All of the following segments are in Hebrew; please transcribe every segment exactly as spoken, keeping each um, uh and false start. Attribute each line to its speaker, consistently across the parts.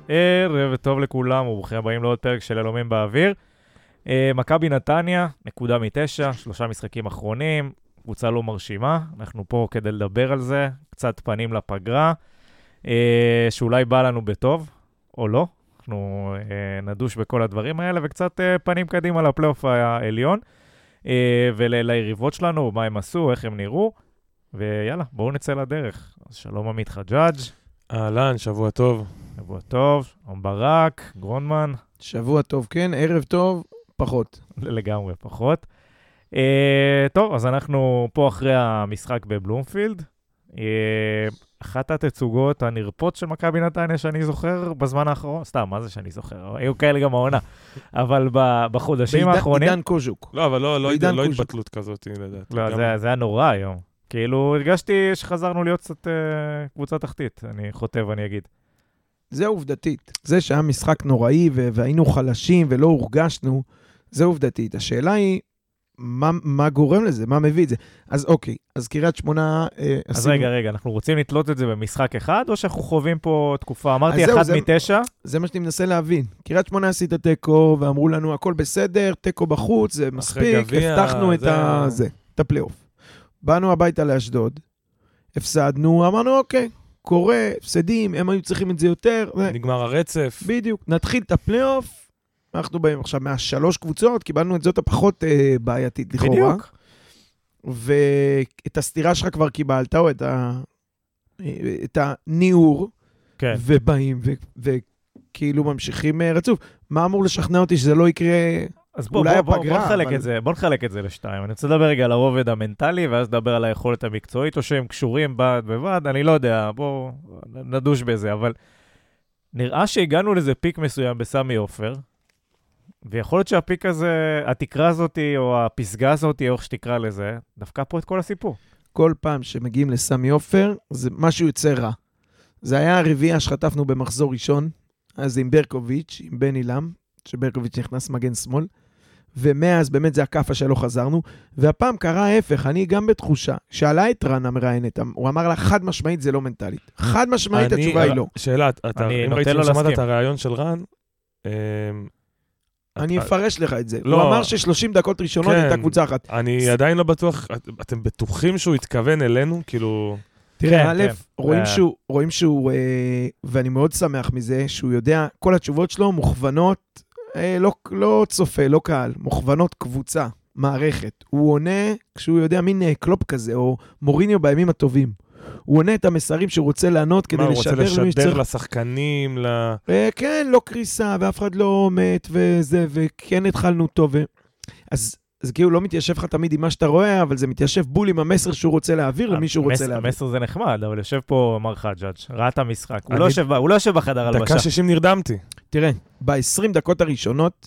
Speaker 1: ערב טוב לכולם, וברוכים הבאים לעוד פרק של אלומים באוויר. מכבי נתניה, נקודה מתשע, שלושה משחקים אחרונים, קבוצה לא מרשימה, אנחנו פה כדי לדבר על זה, קצת פנים לפגרה, שאולי בא לנו בטוב, או לא, אנחנו נדוש בכל הדברים האלה, וקצת פנים קדימה לפלייאוף העליון, וליריבות שלנו, מה הם עשו, איך הם נראו, ויאללה, בואו נצא לדרך. אז שלום עמית חג'אג'.
Speaker 2: אהלן, שבוע טוב.
Speaker 1: שבוע טוב, עום ברק, גרונמן.
Speaker 3: שבוע טוב, כן, ערב טוב, פחות.
Speaker 1: לגמרי, פחות. Uh, טוב, אז אנחנו פה אחרי המשחק בבלומפילד. Uh, אחת התצוגות הנרפות של מכבי נתניה שאני זוכר בזמן האחרון, סתם, מה זה שאני זוכר? היו כאלה גם העונה. אבל בחודשים האחרונים...
Speaker 3: בעידן קוז'וק.
Speaker 2: לא, אבל לא, לא, לא התבטלות כזאת, לדעת.
Speaker 1: לא, זה, זה היה נורא היום. כאילו, הרגשתי שחזרנו להיות קצת uh, קבוצה תחתית. אני חוטב, אני אגיד.
Speaker 3: זה עובדתית. זה שהיה משחק נוראי והיינו חלשים ולא הורגשנו, זה עובדתית. השאלה היא, מה, מה גורם לזה? מה מביא את זה? אז אוקיי, אז קריית שמונה... אה,
Speaker 1: אז
Speaker 3: עשינו...
Speaker 1: רגע, רגע, אנחנו רוצים לתלות את זה במשחק אחד, או שאנחנו חווים פה תקופה? אמרתי אחד זה, מתשע.
Speaker 3: זה מה שאני מנסה להבין. קריית שמונה עשית טקו, ואמרו לנו, הכל בסדר, טקו בחוץ, זה מספיק, גביה, הבטחנו את, ה... זה, את הפלייאוף. באנו הביתה לאשדוד, הפסדנו, אמרנו, אוקיי, קורה, הפסדים, הם היו צריכים את זה יותר.
Speaker 2: נגמר הרצף.
Speaker 3: בדיוק, נתחיל את הפלייאוף, אנחנו באים עכשיו מהשלוש קבוצות, קיבלנו את זאת הפחות אה, בעייתית לכאורה.
Speaker 1: בדיוק.
Speaker 3: ואת הסתירה שלך כבר קיבלת, או את, ה... את הניעור,
Speaker 1: כן.
Speaker 3: ובאים, ו... וכאילו ממשיכים אה, רצוף. מה אמור לשכנע אותי שזה לא יקרה...
Speaker 1: אז בוא,
Speaker 3: אולי
Speaker 1: בוא,
Speaker 3: הפגרה,
Speaker 1: בוא, נחלק
Speaker 3: אבל...
Speaker 1: את זה, בוא נחלק את זה לשתיים. אני רוצה לדבר רגע על הרובד המנטלי, ואז לדבר על היכולת המקצועית, או שהם קשורים בד בבד, אני לא יודע, בוא נדוש בזה, אבל נראה שהגענו לזה פיק מסוים בסמי עופר, ויכול להיות שהפיק הזה, התקרה הזאת, או הפסגה הזאת, או איך שתקרא לזה, דווקא פה את כל הסיפור.
Speaker 3: כל פעם שמגיעים לסמי עופר, זה משהו יוצא רע. זה היה הרביעה שחטפנו במחזור ראשון, אז עם ברקוביץ', עם בן אילם, שברקוביץ' נכנס מגן שמאל, ומאז באמת זה הקפה שלא חזרנו, והפעם קרה ההפך, אני גם בתחושה, שאלה את רן המראיינת, הוא אמר לה חד משמעית זה לא מנטלית. חד משמעית התשובה היא לא.
Speaker 2: שאלה, אם ראיתי ששמעת את הרעיון של רן,
Speaker 3: אני אפרש לך את זה. הוא אמר ש-שלושים דקות ראשונות הייתה קבוצה אחת.
Speaker 2: אני עדיין לא בטוח, אתם בטוחים שהוא התכוון אלינו? כאילו...
Speaker 3: תראה, א', רואים שהוא, ואני מאוד שמח מזה, שהוא יודע, כל התשובות שלו מוכוונות, לא צופה, לא קהל, מוכוונות קבוצה, מערכת. הוא עונה כשהוא יודע מין קלופ כזה, או מוריניו בימים הטובים. הוא עונה את המסרים שהוא רוצה לענות כדי לשדר.
Speaker 2: מה, הוא רוצה לשדר לשחקנים, ל...
Speaker 3: כן, לא קריסה, ואף אחד לא מת, וזה, וכן התחלנו טוב. אז זה כאילו לא מתיישב לך תמיד עם מה שאתה רואה, אבל זה מתיישב בול עם המסר שהוא רוצה להעביר, למי שהוא רוצה להעביר.
Speaker 1: המסר זה נחמד, אבל יושב פה מר חג'אג', ראה את המשחק. הוא לא יושב בחדר הלבשה.
Speaker 2: דקה שישים נרדמתי.
Speaker 3: תראה, ב-עשרים דקות הראשונות,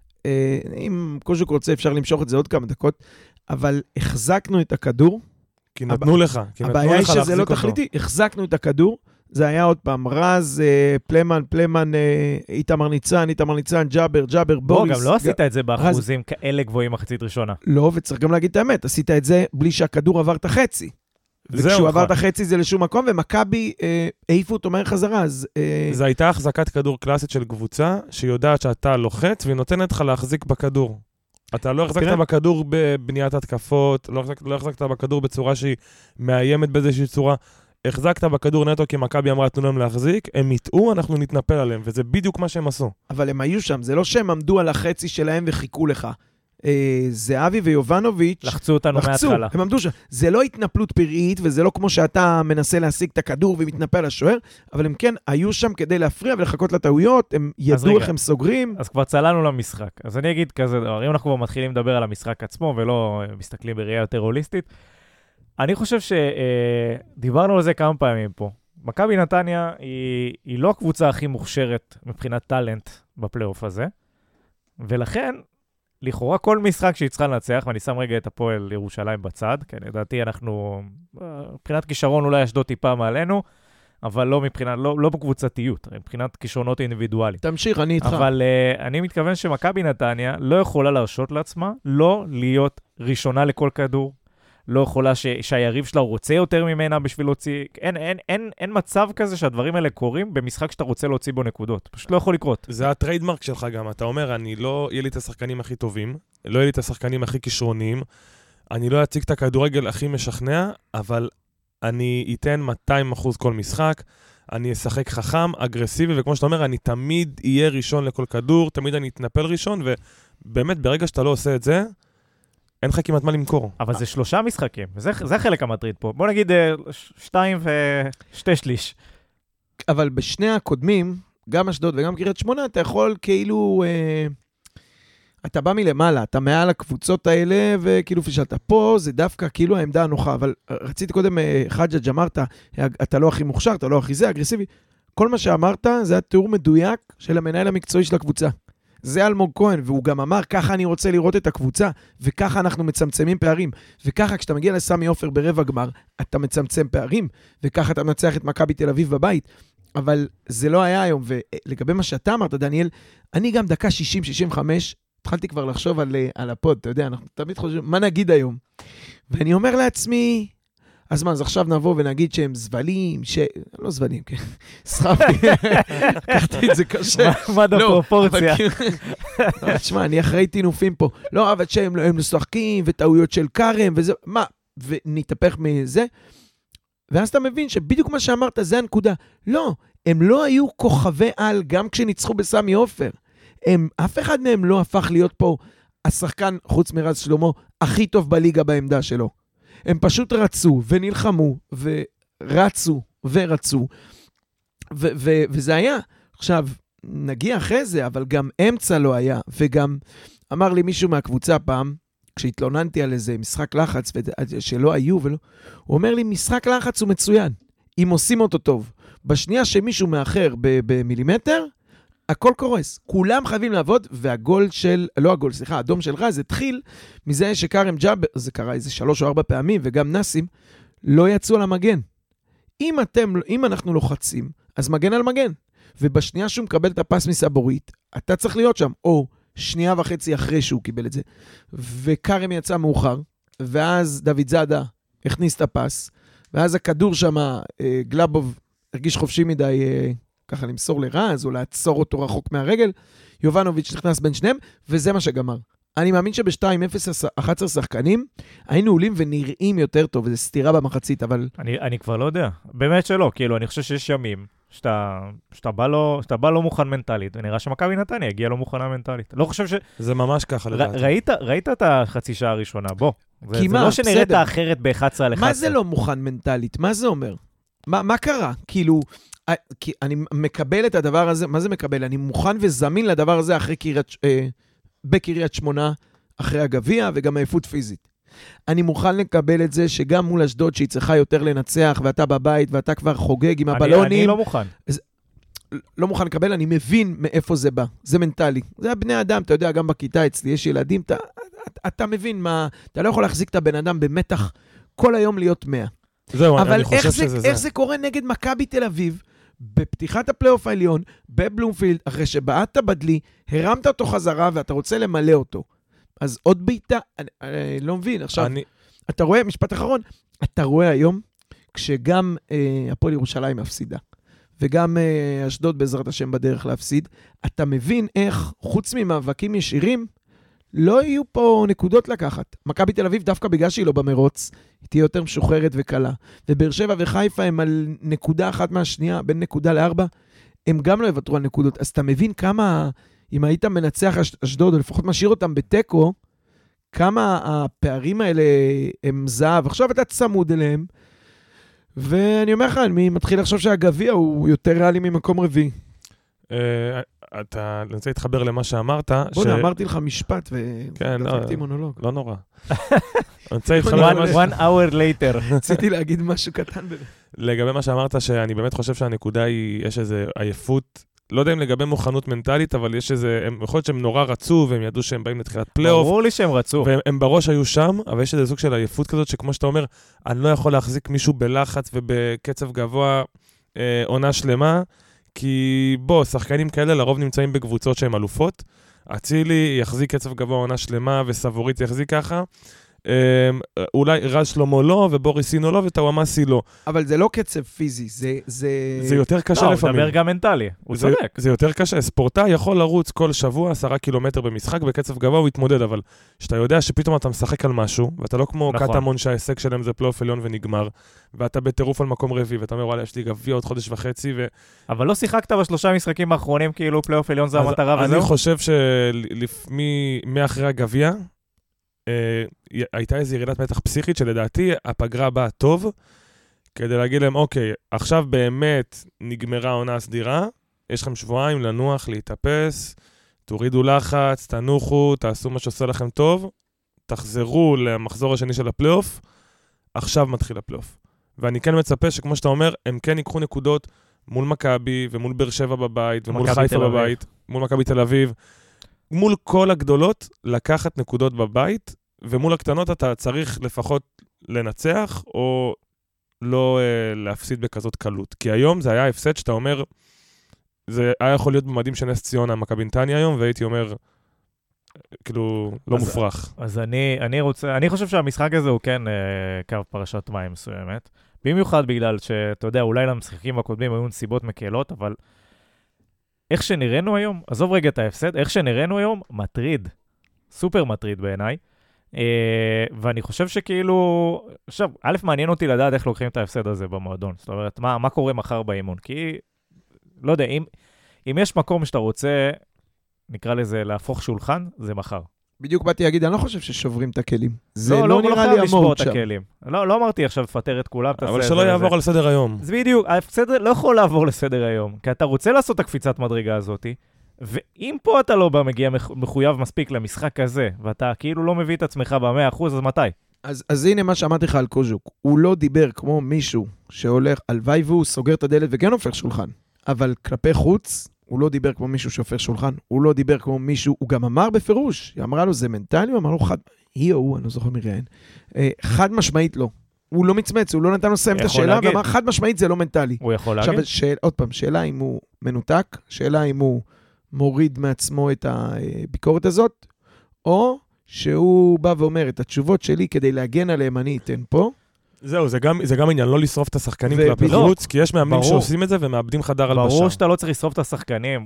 Speaker 3: אם קוז'וק רוצה אפשר למשוך את זה עוד כמה דקות, אבל החזקנו את הכדור.
Speaker 2: כי נתנו לך.
Speaker 3: הבעיה היא שזה לא תכליתי, החזקנו את הכדור, זה היה עוד פעם, רז, פלמן, פלמן, איתמר ניצן, איתמר ניצן, ג'אבר, ג'אבר, בוריס.
Speaker 1: בוא, גם לא עשית את זה באחוזים כאלה גבוהים מחצית ראשונה.
Speaker 3: לא, וצריך גם להגיד את האמת, עשית את זה בלי שהכדור עבר את החצי. וכשהוא עבר את החצי זה לשום מקום, ומכבי העיפו אותו מהר חזרה.
Speaker 2: זה הייתה החזקת כדור קלאסית של קבוצה, שיודעת שאתה לוחץ, והיא נותנת לך להחזיק בכדור. אתה לא החזקת בכדור בבניית התקפות, לא החזקת בכדור בצורה שהיא מאיימת באיזושהי צורה, החזקת בכדור נטו כי מכבי אמרה תנו להם להחזיק, הם יטעו, אנחנו נתנפל עליהם, וזה בדיוק מה שהם עשו.
Speaker 3: אבל הם היו שם, זה לא שהם עמדו על החצי שלהם וחיכו לך. זהבי ויובנוביץ'
Speaker 1: לחצו אותנו מההתחלה.
Speaker 3: הם עמדו שם. זה לא התנפלות פראית, וזה לא כמו שאתה מנסה להשיג את הכדור ומתנפל על השוער, אבל הם כן היו שם כדי להפריע ולחכות לטעויות, הם ידעו איך הם סוגרים.
Speaker 1: אז כבר צללנו למשחק. אז אני אגיד כזה דבר, אם אנחנו מתחילים לדבר על המשחק עצמו, ולא מסתכלים בראייה יותר הוליסטית, אני חושב שדיברנו על זה כמה פעמים פה. מכבי נתניה היא, היא לא הקבוצה הכי מוכשרת מבחינת טלנט בפלייאוף הזה, ולכן לכאורה כל משחק שהיא צריכה לנצח, ואני שם רגע את הפועל ירושלים בצד, כי לדעתי אנחנו, מבחינת כישרון אולי אשדוד טיפה מעלינו, אבל לא מבחינת, לא, לא בקבוצתיות, מבחינת כישרונות אינדיבידואלית.
Speaker 3: תמשיך, אני איתך.
Speaker 1: אבל uh, אני מתכוון שמכבי נתניה לא יכולה להרשות לעצמה, לא להיות ראשונה לכל כדור. לא יכולה ש, שהיריב שלה רוצה יותר ממנה בשביל להוציא, אין, אין, אין, אין מצב כזה שהדברים האלה קורים במשחק שאתה רוצה להוציא בו נקודות. פשוט לא יכול לקרות.
Speaker 2: זה הטריידמרק שלך גם. אתה אומר, אני לא, יהיה לי את השחקנים הכי טובים, לא יהיה לי את השחקנים הכי כישרוניים, אני לא אציג את הכדורגל הכי משכנע, אבל אני אתן מאתיים אחוז כל משחק, אני אשחק חכם, אגרסיבי, וכמו שאתה אומר, אני תמיד אהיה ראשון לכל כדור, תמיד אני אתנפל ראשון, ובאמת, ברגע שאתה לא עושה את זה, אין לך כמעט מה למכור.
Speaker 1: אבל זה שלושה משחקים, וזה, זה החלק המטריד פה. בוא נגיד שתיים ושתי שליש.
Speaker 3: אבל בשני הקודמים, גם אשדוד וגם קריית שמונה, אתה יכול כאילו... אה, אתה בא מלמעלה, אתה מעל הקבוצות האלה, וכאילו פשלת. פה זה דווקא כאילו העמדה הנוחה, אבל רציתי קודם, חג'ג' אמרת, אתה לא הכי מוכשר, אתה לא הכי זה, אגרסיבי. כל מה שאמרת, זה התיאור מדויק של המנהל המקצועי של הקבוצה. זה אלמוג כהן, והוא גם אמר, ככה אני רוצה לראות את הקבוצה, וככה אנחנו מצמצמים פערים, וככה כשאתה מגיע לסמי עופר ברבע גמר, אתה מצמצם פערים, וככה אתה מנצח את מכבי תל אביב בבית, אבל זה לא היה היום, ולגבי מה שאתה אמרת, דניאל, אני גם דקה שישים שישים וחמש, התחלתי כבר לחשוב על, על הפוד, אתה יודע, אנחנו תמיד חושבים, מה נגיד היום? ואני אומר לעצמי, אז מה, אז עכשיו נבוא ונגיד שהם זבלים, ש... לא זבלים, כן. סחפתי, לקחתי את זה קשה.
Speaker 1: מה בפרופורציה?
Speaker 3: תשמע, אני אחראי תינופים פה. לא, אבל שהם משחקים, וטעויות של קרם, וזה, מה? ונתהפך מזה. ואז אתה מבין שבדיוק מה שאמרת, זה הנקודה. לא, הם לא היו כוכבי על, גם כשניצחו בסמי עופר. הם, אף אחד מהם לא הפך להיות פה השחקן, חוץ מרז שלמה, הכי טוב בליגה בעמדה שלו. הם פשוט רצו ונלחמו ורצו ורצו, ו- ו- וזה היה. עכשיו, נגיע אחרי זה, אבל גם אמצע לא היה, וגם אמר לי מישהו מהקבוצה פעם, כשהתלוננתי על איזה משחק לחץ, שלא היו ולא, הוא אומר לי, משחק לחץ הוא מצוין, אם עושים אותו טוב. בשנייה שמישהו מאחר במילימטר, הכל קורס, כולם חייבים לעבוד, והגול של, לא הגול, סליחה, האדום של רז, התחיל מזה שקרם ג'אבר, זה קרה איזה שלוש או ארבע פעמים, וגם נסים, לא יצאו על המגן. אם אתם, אם אנחנו לוחצים, אז מגן על מגן. ובשנייה שהוא מקבל את הפס מסבורית, אתה צריך להיות שם, או שנייה וחצי אחרי שהוא קיבל את זה, וקרם יצא מאוחר, ואז דוד זאדה הכניס את הפס, ואז הכדור שם, גלאבוב הרגיש חופשי מדי, ככה למסור לרז, או לעצור אותו רחוק מהרגל, יובנוביץ' נכנס בין שניהם, וזה מה שגמר. אני מאמין שב-שתיים אפס אחת עשרה שחקנים, היינו עולים ונראים יותר טוב, וזו סתירה במחצית, אבל...
Speaker 1: אני, אני כבר לא יודע. באמת שלא, כאילו, אני חושב שיש ימים, שאתה, שאתה בא לא, שאתה בא לא מוכן מנטלית, ונראה שמכבי נתניה הגיע לא מוכנה מנטלית. לא חושב ש...
Speaker 2: זה ממש ככה, לדעתי.
Speaker 1: ראית, ראית את החצי שעה הראשונה, בוא. זה,
Speaker 3: מה,
Speaker 1: זה לא שנראית בסדר. אחרת ב-אחת עשרה על אחת עשרה.
Speaker 3: מה זה לא מוכן מנטלית? מה זה אומר? מה, מה קרה? כאילו... כי אני מקבל את הדבר הזה, מה זה מקבל? אני מוכן וזמין לדבר הזה אחרי קריית, אה, בקריית שמונה, אחרי הגביע וגם העייפות פיזית. אני מוכן לקבל את זה שגם מול אשדוד שהיא צריכה יותר לנצח, ואתה בבית ואתה כבר חוגג עם
Speaker 1: אני,
Speaker 3: הבלונים.
Speaker 1: אני לא מוכן.
Speaker 3: אז, לא מוכן לקבל, אני מבין מאיפה זה בא. זה מנטלי. זה הבני אדם, אתה יודע, גם בכיתה אצלי יש ילדים, אתה, אתה, אתה מבין מה, אתה לא יכול להחזיק את הבן אדם במתח כל היום להיות מאה.
Speaker 2: זהו,
Speaker 3: אבל
Speaker 2: אני חושב
Speaker 3: איך
Speaker 2: שזה
Speaker 3: זה,
Speaker 2: זה.
Speaker 3: איך זה קורה נגד מכבי תל אביב, בפתיחת הפלייאוף העליון, בבלומפילד, אחרי שבאת בדלי, הרמת אותו חזרה ואתה רוצה למלא אותו. אז עוד ביתה, אני, אני לא מבין. עכשיו, אני... אתה רואה, משפט אחרון, אתה רואה היום, כשגם אה, הפועל ירושלים מפסידה, וגם אה, אשדוד בעזרת השם בדרך להפסיד, אתה מבין איך, חוץ ממאבקים ישירים, לא יהיו פה נקודות לקחת. מכבי תל אביב, דווקא בגלל שהיא לא במרוץ, היא תהיה יותר משוחררת וקלה. ובאר שבע וחיפה הם על נקודה אחת מהשנייה, בין נקודה לארבע, הם גם לא יוותרו על נקודות. אז אתה מבין כמה, אם היית מנצח אשדוד, או לפחות משאיר אותם בטקו, כמה הפערים האלה הם זהב. עכשיו אתה צמוד אליהם, ואני אומר לך, אני מתחיל לחשוב שהגביע הוא יותר ריאלי ממקום רביעי.
Speaker 2: אתה, אני רוצה להתחבר למה שאמרת.
Speaker 3: בוא'נה, אמרתי לך משפט, ודפקתי מונולוג.
Speaker 2: לא נורא. אני רוצה להתחבר למה...
Speaker 1: one hour later.
Speaker 3: רציתי להגיד משהו קטן.
Speaker 2: לגבי מה שאמרת, שאני באמת חושב שהנקודה היא, יש איזו עייפות, לא יודע אם לגבי מוכנות מנטלית, אבל יש איזה, יכול להיות שהם נורא רצו, והם ידעו שהם באים לתחילת פלייאוף.
Speaker 1: ברור לי שהם רצו.
Speaker 2: והם בראש היו שם, אבל יש איזה סוג של עייפות כזאת, שכמו שאתה אומר, אני לא יכול להחזיק מישהו בלחץ ובקצב גבוה, אה, עונה שלמה, כי בוא, שחקנים כאלה לרוב נמצאים בקבוצות שהן אלופות. אצילי יחזיק קצב גבוה עונה שלמה, וסבורית יחזיק ככה. אולי רז שלמה לא, ובוריסינו לא, וטוואמאסי לא.
Speaker 3: אבל זה לא קצב פיזי, זה... זה,
Speaker 2: זה יותר קשה
Speaker 1: לא,
Speaker 2: לפעמים.
Speaker 1: הוא מדבר גם מנטלי, הוא
Speaker 2: זה,
Speaker 1: צודק.
Speaker 2: זה יותר קשה. ספורטאי יכול לרוץ כל שבוע עשרה קילומטר במשחק, בקצב גבוה הוא יתמודד, אבל שאתה יודע שפתאום אתה משחק על משהו, ואתה לא כמו
Speaker 1: נכון.
Speaker 2: קטמון שההישג שלהם זה פלייאוף עליון ונגמר, ואתה בטירוף על מקום רביעי, ואתה אומר, וואלה, יש לי גביע עוד חודש וחצי, ו...
Speaker 1: אבל לא שיחקת בשלושה משחקים האחרונים, כאילו פלייאוף עליון זה המטרה וזהו?
Speaker 2: אני חושב שמאחרי הגביע, אה, הייתה איזו ירידת מתח פסיכית, שלדעתי הפגרה באה טוב, כדי להגיד להם, אוקיי, עכשיו באמת נגמרה העונה הסדירה, יש לכם שבועיים לנוח, להתאפס, תורידו לחץ, תנוחו, תעשו מה שעושה לכם טוב, תחזרו למחזור השני של הפלייאוף, עכשיו מתחיל הפלייאוף. ואני כן מצפה שכמו שאתה אומר, הם כן ייקחו נקודות מול מכבי ומול באר שבע בבית, ומול חיפה בבית, מול מכבי תל אביב, מול כל הגדולות לקחת נקודות בבית, ומול הקטנות אתה צריך לפחות לנצח, או לא אה, להפסיד בכזאת קלות. כי היום זה היה הפסד שאתה אומר, זה היה יכול להיות במדים של נס ציונה, מכבי נתניה היום, והייתי אומר, כאילו, לא
Speaker 1: אז,
Speaker 2: מופרך.
Speaker 1: אז אני, אני רוצה, אני חושב שהמשחק הזה הוא כן אה, קו פרשת מים מסוימת, במיוחד בגלל שאתה יודע, אולי למשחקים הקודמים היו נסיבות מקלות, אבל איך שנראינו היום, עזוב רגע את ההפסד, איך שנראינו היום, מטריד, סופר מטריד בעיניי, אה, ואני חושב שכאילו, עכשיו, א' מעניין אותי לדעת איך לוקחים את ההפסד הזה במועדון, זאת אומרת, מה, מה קורה מחר באימון, כי, לא יודע, אם, אם יש מקום שאתה רוצה, נקרא לזה להפוך שולחן, זה מחר.
Speaker 3: בדיוק באתי להגיד, אני לא חושב ששוברים את הכלים. זה
Speaker 1: לא,
Speaker 3: לא,
Speaker 1: לא,
Speaker 3: נראה
Speaker 1: לא
Speaker 3: לי המהות שם.
Speaker 1: הכלים. לא, לא אמרתי עכשיו לפטר את כולם.
Speaker 2: אבל שלא יעבור על סדר היום.
Speaker 1: זה בדיוק, ההפסד לא יכול לעבור לסדר היום, כי אתה רוצה לעשות את הקפיצת מדרגה הזאת, ואם פה אתה לא מגיע מחויב מספיק למשחק הזה, ואתה כאילו לא מביא את עצמך ב-מאה אחוז, אז מתי?
Speaker 3: אז, אז הנה מה שאמרתי לך על קוז'וק. הוא לא דיבר כמו מישהו שהולך, הלוואי והוא סוגר את הדלת וכן הופך שולחן. אבל כלפי חוץ, הוא לא דיבר כמו מישהו שהופך שולחן, הוא לא דיבר כמו מישהו, הוא גם אמר בפירוש, היא אמרה לו זה מנטלי, הוא אמר לו חד, היא או הוא, אני לא זוכר מי ראיין, חד משמעית לא. הוא לא מצמץ, הוא לא נתן לו לסיים את השאלה, ואמר חד משמעית זה לא מנטלי.
Speaker 1: הוא יכול להגיד.
Speaker 3: עכשיו, שאל, עוד פעם, שאלה אם הוא מנותק, שאלה אם הוא מוריד מעצמו את הביקורת הזאת, או שהוא בא ואומר את התשובות שלי כדי להגן עליהם, אני אתן פה.
Speaker 2: זהו, זה גם, זה גם עניין, לא לשרוף את השחקנים כלפי חוץ, כי יש מאמנים שעושים את זה ומאבדים חדר הלבשה.
Speaker 1: ברור שאתה לא צריך לשרוף את השחקנים,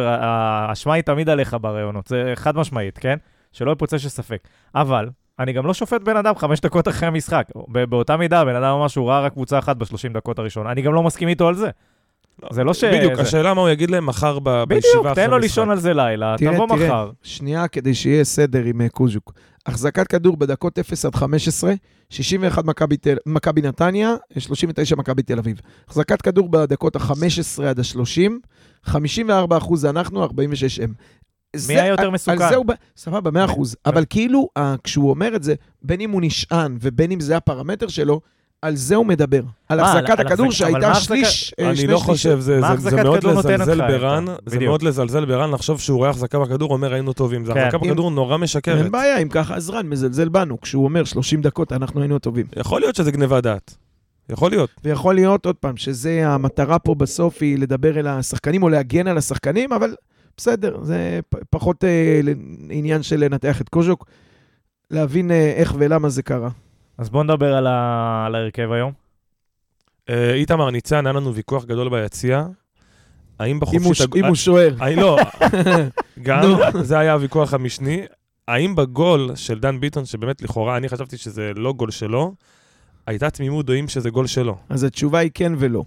Speaker 1: האשמה היא תמיד עליך ברעיונות, זה חד משמעית, כן? שלא יפוצץ שספק. אבל, אני גם לא שופט בן אדם חמש דקות אחרי המשחק. באותה מידה, בן אדם אמר שהוא ראה רק קבוצה אחת בשלושים דקות הראשון. אני גם לא מסכים איתו על זה. זה לא ש...
Speaker 2: בדיוק, השאלה מה הוא יגיד להם מחר בישיבה אחרי המשחק.
Speaker 1: בדיוק, תן לו לישון על זה לילה, תבוא מחר.
Speaker 3: שנייה, כדי שיהיה סדר עם קוז'וק. החזקת כדור בדקות אפס עד חמש עשרה, שישים ואחת מכבי נתניה, שלושים ותשע מכבי תל אביב. החזקת כדור בדקות ה-חמש עשרה עד ה-שלושים, חמישים וארבעה אחוז אנחנו, ארבעים ושש הם.
Speaker 1: מי היה יותר מסוכן?
Speaker 3: סבבה, מאה אחוז. אבל כאילו, כשהוא אומר את זה, בין אם הוא נשען ובין אם זה הפרמטר שלו, על זה הוא מדבר. על החזקת הכדור שהייתה שליש.
Speaker 2: אני לא חושב, זה מאוד לזלזל ברן, זה מאוד לזלזל ברן, לחשוב שהוא רואה החזקה בכדור, אומר היינו טובים. זה החזקה בכדור נורא משקרת.
Speaker 3: אין בעיה, אם ככה אז רן מזלזל בנו, כשהוא אומר שלושים דקות אנחנו היינו טובים.
Speaker 2: יכול להיות שזה גניבה דעת. יכול להיות.
Speaker 3: ויכול להיות עוד פעם, שזה המטרה פה בסוף היא לדבר אל השחקנים או להגן על השחקנים, אבל בסדר, זה פחות עניין של לנתח את קוז'וק, להבין איך ולמה זה קרה.
Speaker 1: אז בואו נדבר על, ה... על ההרכב היום.
Speaker 2: איתמר ניצן, היה לנו ויכוח גדול ביציע. האם בחופשית...
Speaker 3: אם הוא שוער.
Speaker 2: לא, גם, זה היה הוויכוח המשני. האם בגול של דן ביטון, שבאמת לכאורה, אני חשבתי שזה לא גול שלו, הייתה תמימות דעים שזה גול שלו.
Speaker 3: אז התשובה היא כן ולא.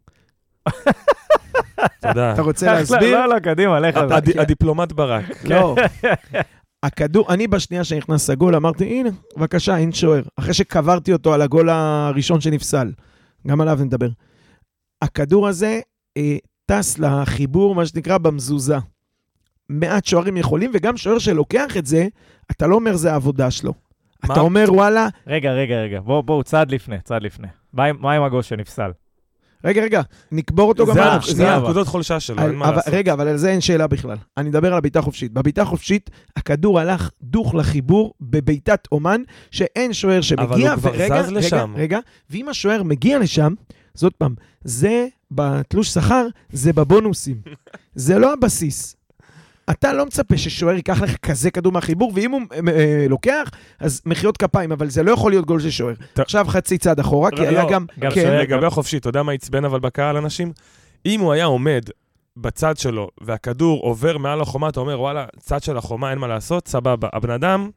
Speaker 2: תודה.
Speaker 3: אתה רוצה להסביר?
Speaker 1: לא, לא, קדימה, לך.
Speaker 2: הדיפלומט ברק.
Speaker 3: לא. הכדור, אני בשנייה שנכנס לגול, אמרתי, הנה, בבקשה, אין שוער. אחרי שקברתי אותו על הגול הראשון שנפסל. גם עליו נדבר. הכדור הזה אה, טס לחיבור, מה שנקרא, במזוזה. מעט שוערים יכולים, וגם שוער שלוקח את זה, אתה לא אומר זה העבודה שלו. מה? אתה אומר, וואלה...
Speaker 1: רגע, רגע, רגע. בואו, בואו, צעד לפני, צעד לפני. מה, מה עם הגול שנפסל?
Speaker 3: רגע, רגע, נקבור אותו גם עליו.
Speaker 2: זה הנקודות חולשה שלו, אין מה לעשות.
Speaker 3: רגע, אבל על זה אין שאלה בכלל. אני מדבר על הביתה חופשית. בביתה חופשית, הכדור הלך דוך לחיבור בביתת אומן, שאין שוער שמגיע.
Speaker 2: אבל הוא כבר זז לשם.
Speaker 3: רגע, ואם השוער מגיע לשם, זאת פעם, זה בתלוש שכר, זה בבונוסים. זה לא הבסיס. אתה לא מצפה ששוער ייקח לך כזה כדור מהחיבור, ואם הוא אה, לוקח, אז מחיאות כפיים, אבל זה לא יכול להיות גול של שוער. עכשיו חצי צעד אחורה, כי היה גם...
Speaker 2: לגבי החופשי, אתה יודע מה יצבן אבל בקהל אנשים? אם הוא היה עומד בצד שלו, והכדור עובר מעל החומה, אתה אומר, וואלה, צד של החומה, אין מה לעשות, סבבה. הבן אדם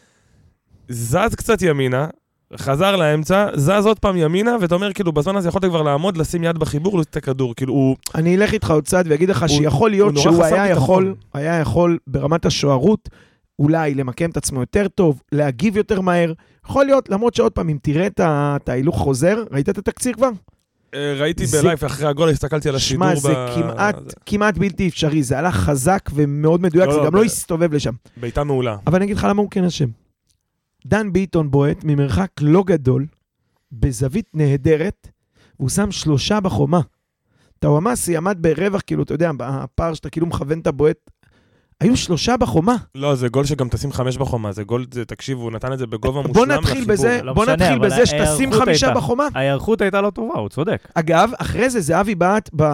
Speaker 2: זז קצת ימינה, חזר לאמצע, זז עוד פעם ימינה, ואתה אומר, כאילו, בזמן הזה יכולת כבר לעמוד, לשים יד בחיבור, לשים את הכדור, כאילו, הוא...
Speaker 3: אני אלך איתך עוד צד, ויגיד לך שיכול להיות שהוא היה יכול, היה יכול ברמת השוערות, אולי למקם את עצמו יותר טוב, להגיב יותר מהר, יכול להיות, למרות שעוד פעם, אם תראה את ההילוך חוזר, ראית את התקציר כבר?
Speaker 2: ראיתי בלייב, אחרי הגול הסתכלתי על השידור.
Speaker 3: שמע, זה כמעט בלתי אפשרי, זה הלך חזק ומאוד מדויק, זה גם לא הסתובב לשם.
Speaker 2: בעיטה מעולה.
Speaker 3: אבל אני אגיד לך למה הוא כן אשם. דן ביטון בועט ממרחק לא גדול, בזווית נהדרת, והוא שם שלושה בחומה. טוואמאסי עמד ברווח, כאילו, אתה יודע, הפער שאתה כאילו מכוון את הבועט, היו שלושה בחומה.
Speaker 2: לא, זה גול שגם תשים חמש בחומה, זה גול, זה, תקשיב, הוא נתן את זה בגובה מושלם.
Speaker 3: בוא נתחיל בזה, בוא נתחיל בזה שתשים חמישה בחומה.
Speaker 1: ההיערכות הייתה לא טובה, הוא צודק.
Speaker 3: אגב, אחרי זה זהבי בעט ב...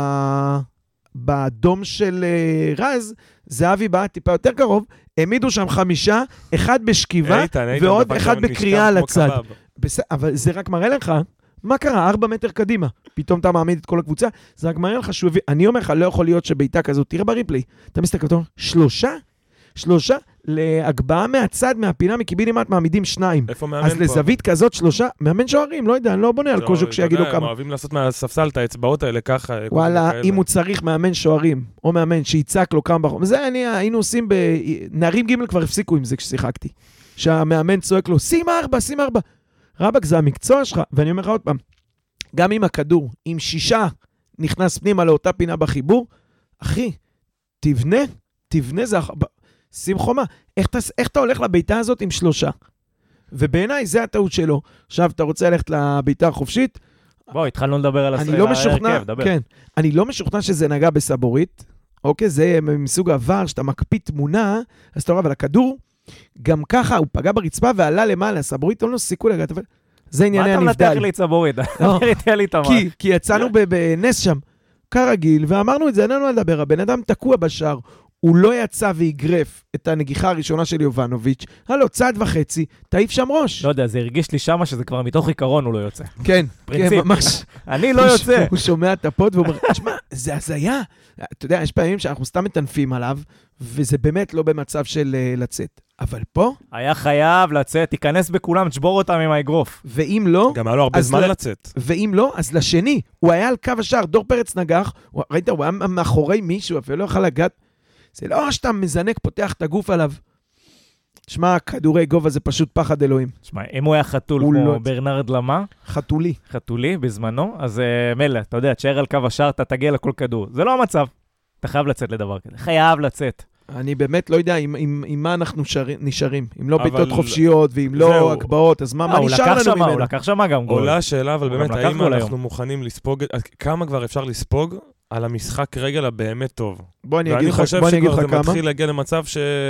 Speaker 3: באדום של רז, זהבי בעט טיפה יותר קרוב, העמידו שם חמישה, אחד בשכיבה, ועוד אחד בקריאה על הצד. אבל זה רק מראה לך, מה קרה? ארבע מטר קדימה. פתאום אתה מעמיד את כל הקבוצה, זה רק מראה לך שהוא הביא, אני אומר לך, לא יכול להיות שביתה כזאת, תראה בריפלי, אתה מסתכל, אתה אומר, שלושה? שלושה? להגבהה מהצד, מהפינה, מקיבינימט, מעמידים שניים.
Speaker 2: איפה מאמן פה?
Speaker 3: אז לזווית כזאת שלושה, מאמן שוערים, לא יודע, אני לא בונה על קוז'וק שיגידו כמה.
Speaker 2: הם אוהבים לעשות מהספסל את האצבעות האלה ככה.
Speaker 3: וואלה, אם הוא צריך מאמן שוערים, או מאמן שיצק לו כמה בחום, זה היינו עושים בנערים ג' כבר הפסיקו עם זה כששיחקתי. שהמאמן צועק לו, שים ארבע, שים ארבע. רבק, זה המקצוע שלך, ואני אומר לך עוד פעם, גם עם הכדור, עם שישה נכנס פנימה לאותה פינה בחיבור, אחי, תבנה, תבנה זה, שים חומה, איך, איך אתה הולך לביתה הזאת עם שלושה? ובעיניי זה הטעות שלו. עכשיו, אתה רוצה ללכת לביתה החופשית?
Speaker 1: בוא, התחלנו לדבר על
Speaker 3: אני לא משוכנע, כן, אני לא משוכנע שזה נגע בסבורית, אוקיי, זה מסוג עבר, שאתה מקפיא תמונה, אז אתה רואה, אבל הכדור, גם ככה, הוא פגע ברצפה ועלה למעלה, סבורית, לא סיכוי לגעת, אבל זה ענייני הנבדל.
Speaker 1: מה אתה מנתח לי צבורית?
Speaker 3: כי יצאנו בנס שם, כרגיל, ואמרנו את זה, אין לנו לדבר, הבן אדם תקוע בשער, הוא לא יצא ויגרף את הנגיחה הראשונה של יובנוביץ', הלו, צעד וחצי, תעיף שם ראש.
Speaker 1: לא יודע, זה הרגיש לי שמה שזה כבר מתוך עיקרון הוא לא יוצא.
Speaker 3: כן, כן, ממש.
Speaker 1: אני לא יוצא.
Speaker 3: הוא שומע את הפוד ואומר, תשמע, זה הזיה. אתה יודע, יש פעמים שאנחנו סתם מטנפים עליו, וזה באמת לא במצב של לצאת. אבל פה...
Speaker 1: היה חייב לצאת, תיכנס בכולם, תשבור אותם עם האגרוף.
Speaker 3: ואם לא...
Speaker 2: גם היה לו הרבה זמן לצאת.
Speaker 3: ואם לא, אז לשני, הוא היה על קו השער, דור פרץ נגח, ראית, הוא היה מאחורי מישהו, אפילו לא יכול לגעת. זה לא שאתה מזנק, פותח את הגוף עליו. שמע, כדורי גובה זה פשוט פחד אלוהים.
Speaker 1: שמע, אם הוא היה חתול כמו לא... ברנרד למה,
Speaker 3: חתולי.
Speaker 1: חתולי בזמנו, אז uh, מלא, אתה יודע, תשאר על קו השער, אתה תגיע לכל כדור. זה לא המצב. אתה חייב לצאת לדבר כזה. חייב לצאת.
Speaker 3: אני באמת לא יודע עם, עם, עם מה אנחנו שר... נשארים. אם לא ביתות חופשיות, ואם לא הקבעות, אז מה, מה נשאר לנו ממנו?
Speaker 1: הוא לקח שמה גם גול.
Speaker 2: עולה השאלה, אבל באמת, האם אנחנו מוכנים לספוג, כמה כבר אפשר לספוג על המשחק רגל הבאמת טוב?
Speaker 3: בוא אני אגיד לך,
Speaker 2: ואני חושב שכבר זה מתחיל להגיע למצב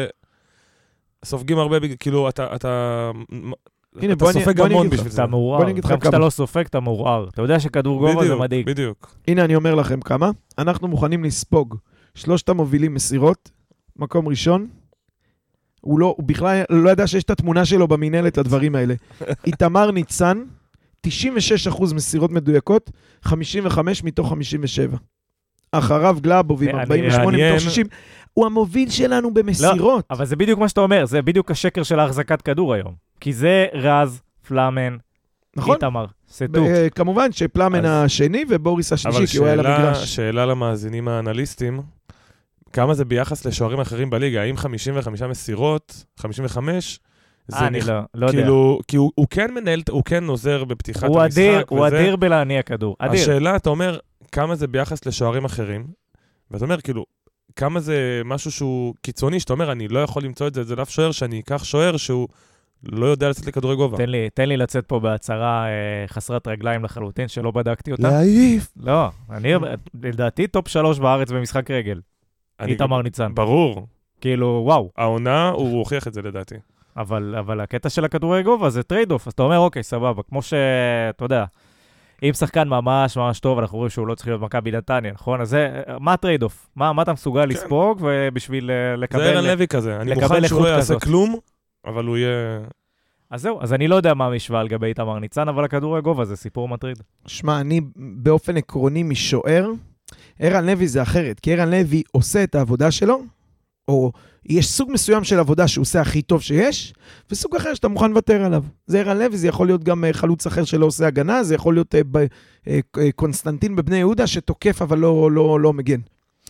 Speaker 2: שסופגים הרבה, כאילו, אתה... אתה...
Speaker 3: הנה,
Speaker 2: אתה סופג המון בשביל זה.
Speaker 1: אתה מעורר. גם כשאתה לא סופג, אתה מעורר. אתה יודע שכדור גובה זה מדאיג.
Speaker 2: בדיוק.
Speaker 3: הנה, אני אומר לכם כמה. אנחנו מוכנים לספוג שלושת המובילים מסירות, מקום ראשון. הוא לא, הוא בכלל לא ידע שיש את התמונה שלו במנהלת לדברים האלה. איתמר ניצן, תשעים ושש אחוז מסירות מדויקות, חמישים וחמש מתוך חמישים ושבע. אחריו גלאבוב עם ארבעים ושמונה מתוך שישים. הוא המוביל שלנו במסירות.
Speaker 1: אבל זה בדיוק מה שאתה אומר, זה בדיוק השקר של ההחזקת כדור היום. כי זה רז, פלאמן, איתמר, סטוק.
Speaker 3: כמובן שפלאמן השני ובוריס השלישי, כי הוא היה למגרש.
Speaker 2: אבל שאלה למאזינים האנליסטים, כמה זה ביחס לשוערים אחרים בליגה? האם חמישים וחמש מסירות, חמישים וחמש?
Speaker 1: אני לא, לא יודע.
Speaker 2: כאילו, כי הוא כן מנהל, הוא כן עוזר בפתיחת המשחק.
Speaker 1: הוא אדיר, הוא אדיר בלהניע כדור, אדיר.
Speaker 2: השאלה, אתה אומר, כמה זה ביחס לשוערים אחרים? ואתה אומר, כאילו, כמה זה משהו שהוא קיצוני, שאתה אומר, אני לא יכול למצוא את זה, זה לאף שוער, שאני אקח שוער שהוא לא יודע לצאת לכדורי גובה.
Speaker 1: תן לי, תן לי לצאת פה בהצהרה אה, חסרת רגליים לחלוטין, שלא בדקתי אותה.
Speaker 3: להעיף.
Speaker 1: לא, אני, לדעתי, טופ שלוש בארץ במשחק רגל. איתמר ניצן.
Speaker 2: ברור.
Speaker 1: כאילו, וואו.
Speaker 2: העונה, הוא הוכיח את זה לדעתי.
Speaker 1: אבל, אבל הקטע של הכדורי גובה זה טרייד אוף, אז אתה אומר, אוקיי, סבבה, כמו שאתה יודע, אם שחקן ממש ממש טוב, אנחנו רואים שהוא לא צריך להיות מכבי נתניה, נכון? אז זה, מה הטרייד אוף? מה, מה אתה מסוגל כן. לספוג ובשביל לקבל...
Speaker 2: זה ערן לוי כזה, אני מוכן שהוא לא יעשה כזאת. כלום, אבל הוא יהיה...
Speaker 1: אז זהו, אז אני לא יודע מה המשוואה לגבי איתמר ניצן, אבל הכדורי גובה זה סיפור מטריד.
Speaker 3: שמע, אני באופן עקרוני משוער, ערן לוי זה אחרת, כי ערן לוי עושה את העבודה שלו, או יש סוג מסוים של עבודה שהוא עושה הכי טוב שיש, וסוג אחר שאתה מוכן לוותר עליו. זה ערן לוי, זה יכול להיות גם חלוץ אחר שלא עושה הגנה, זה יכול להיות ב, קונסטנטין בבני יהודה שתוקף אבל לא, לא, לא מגן.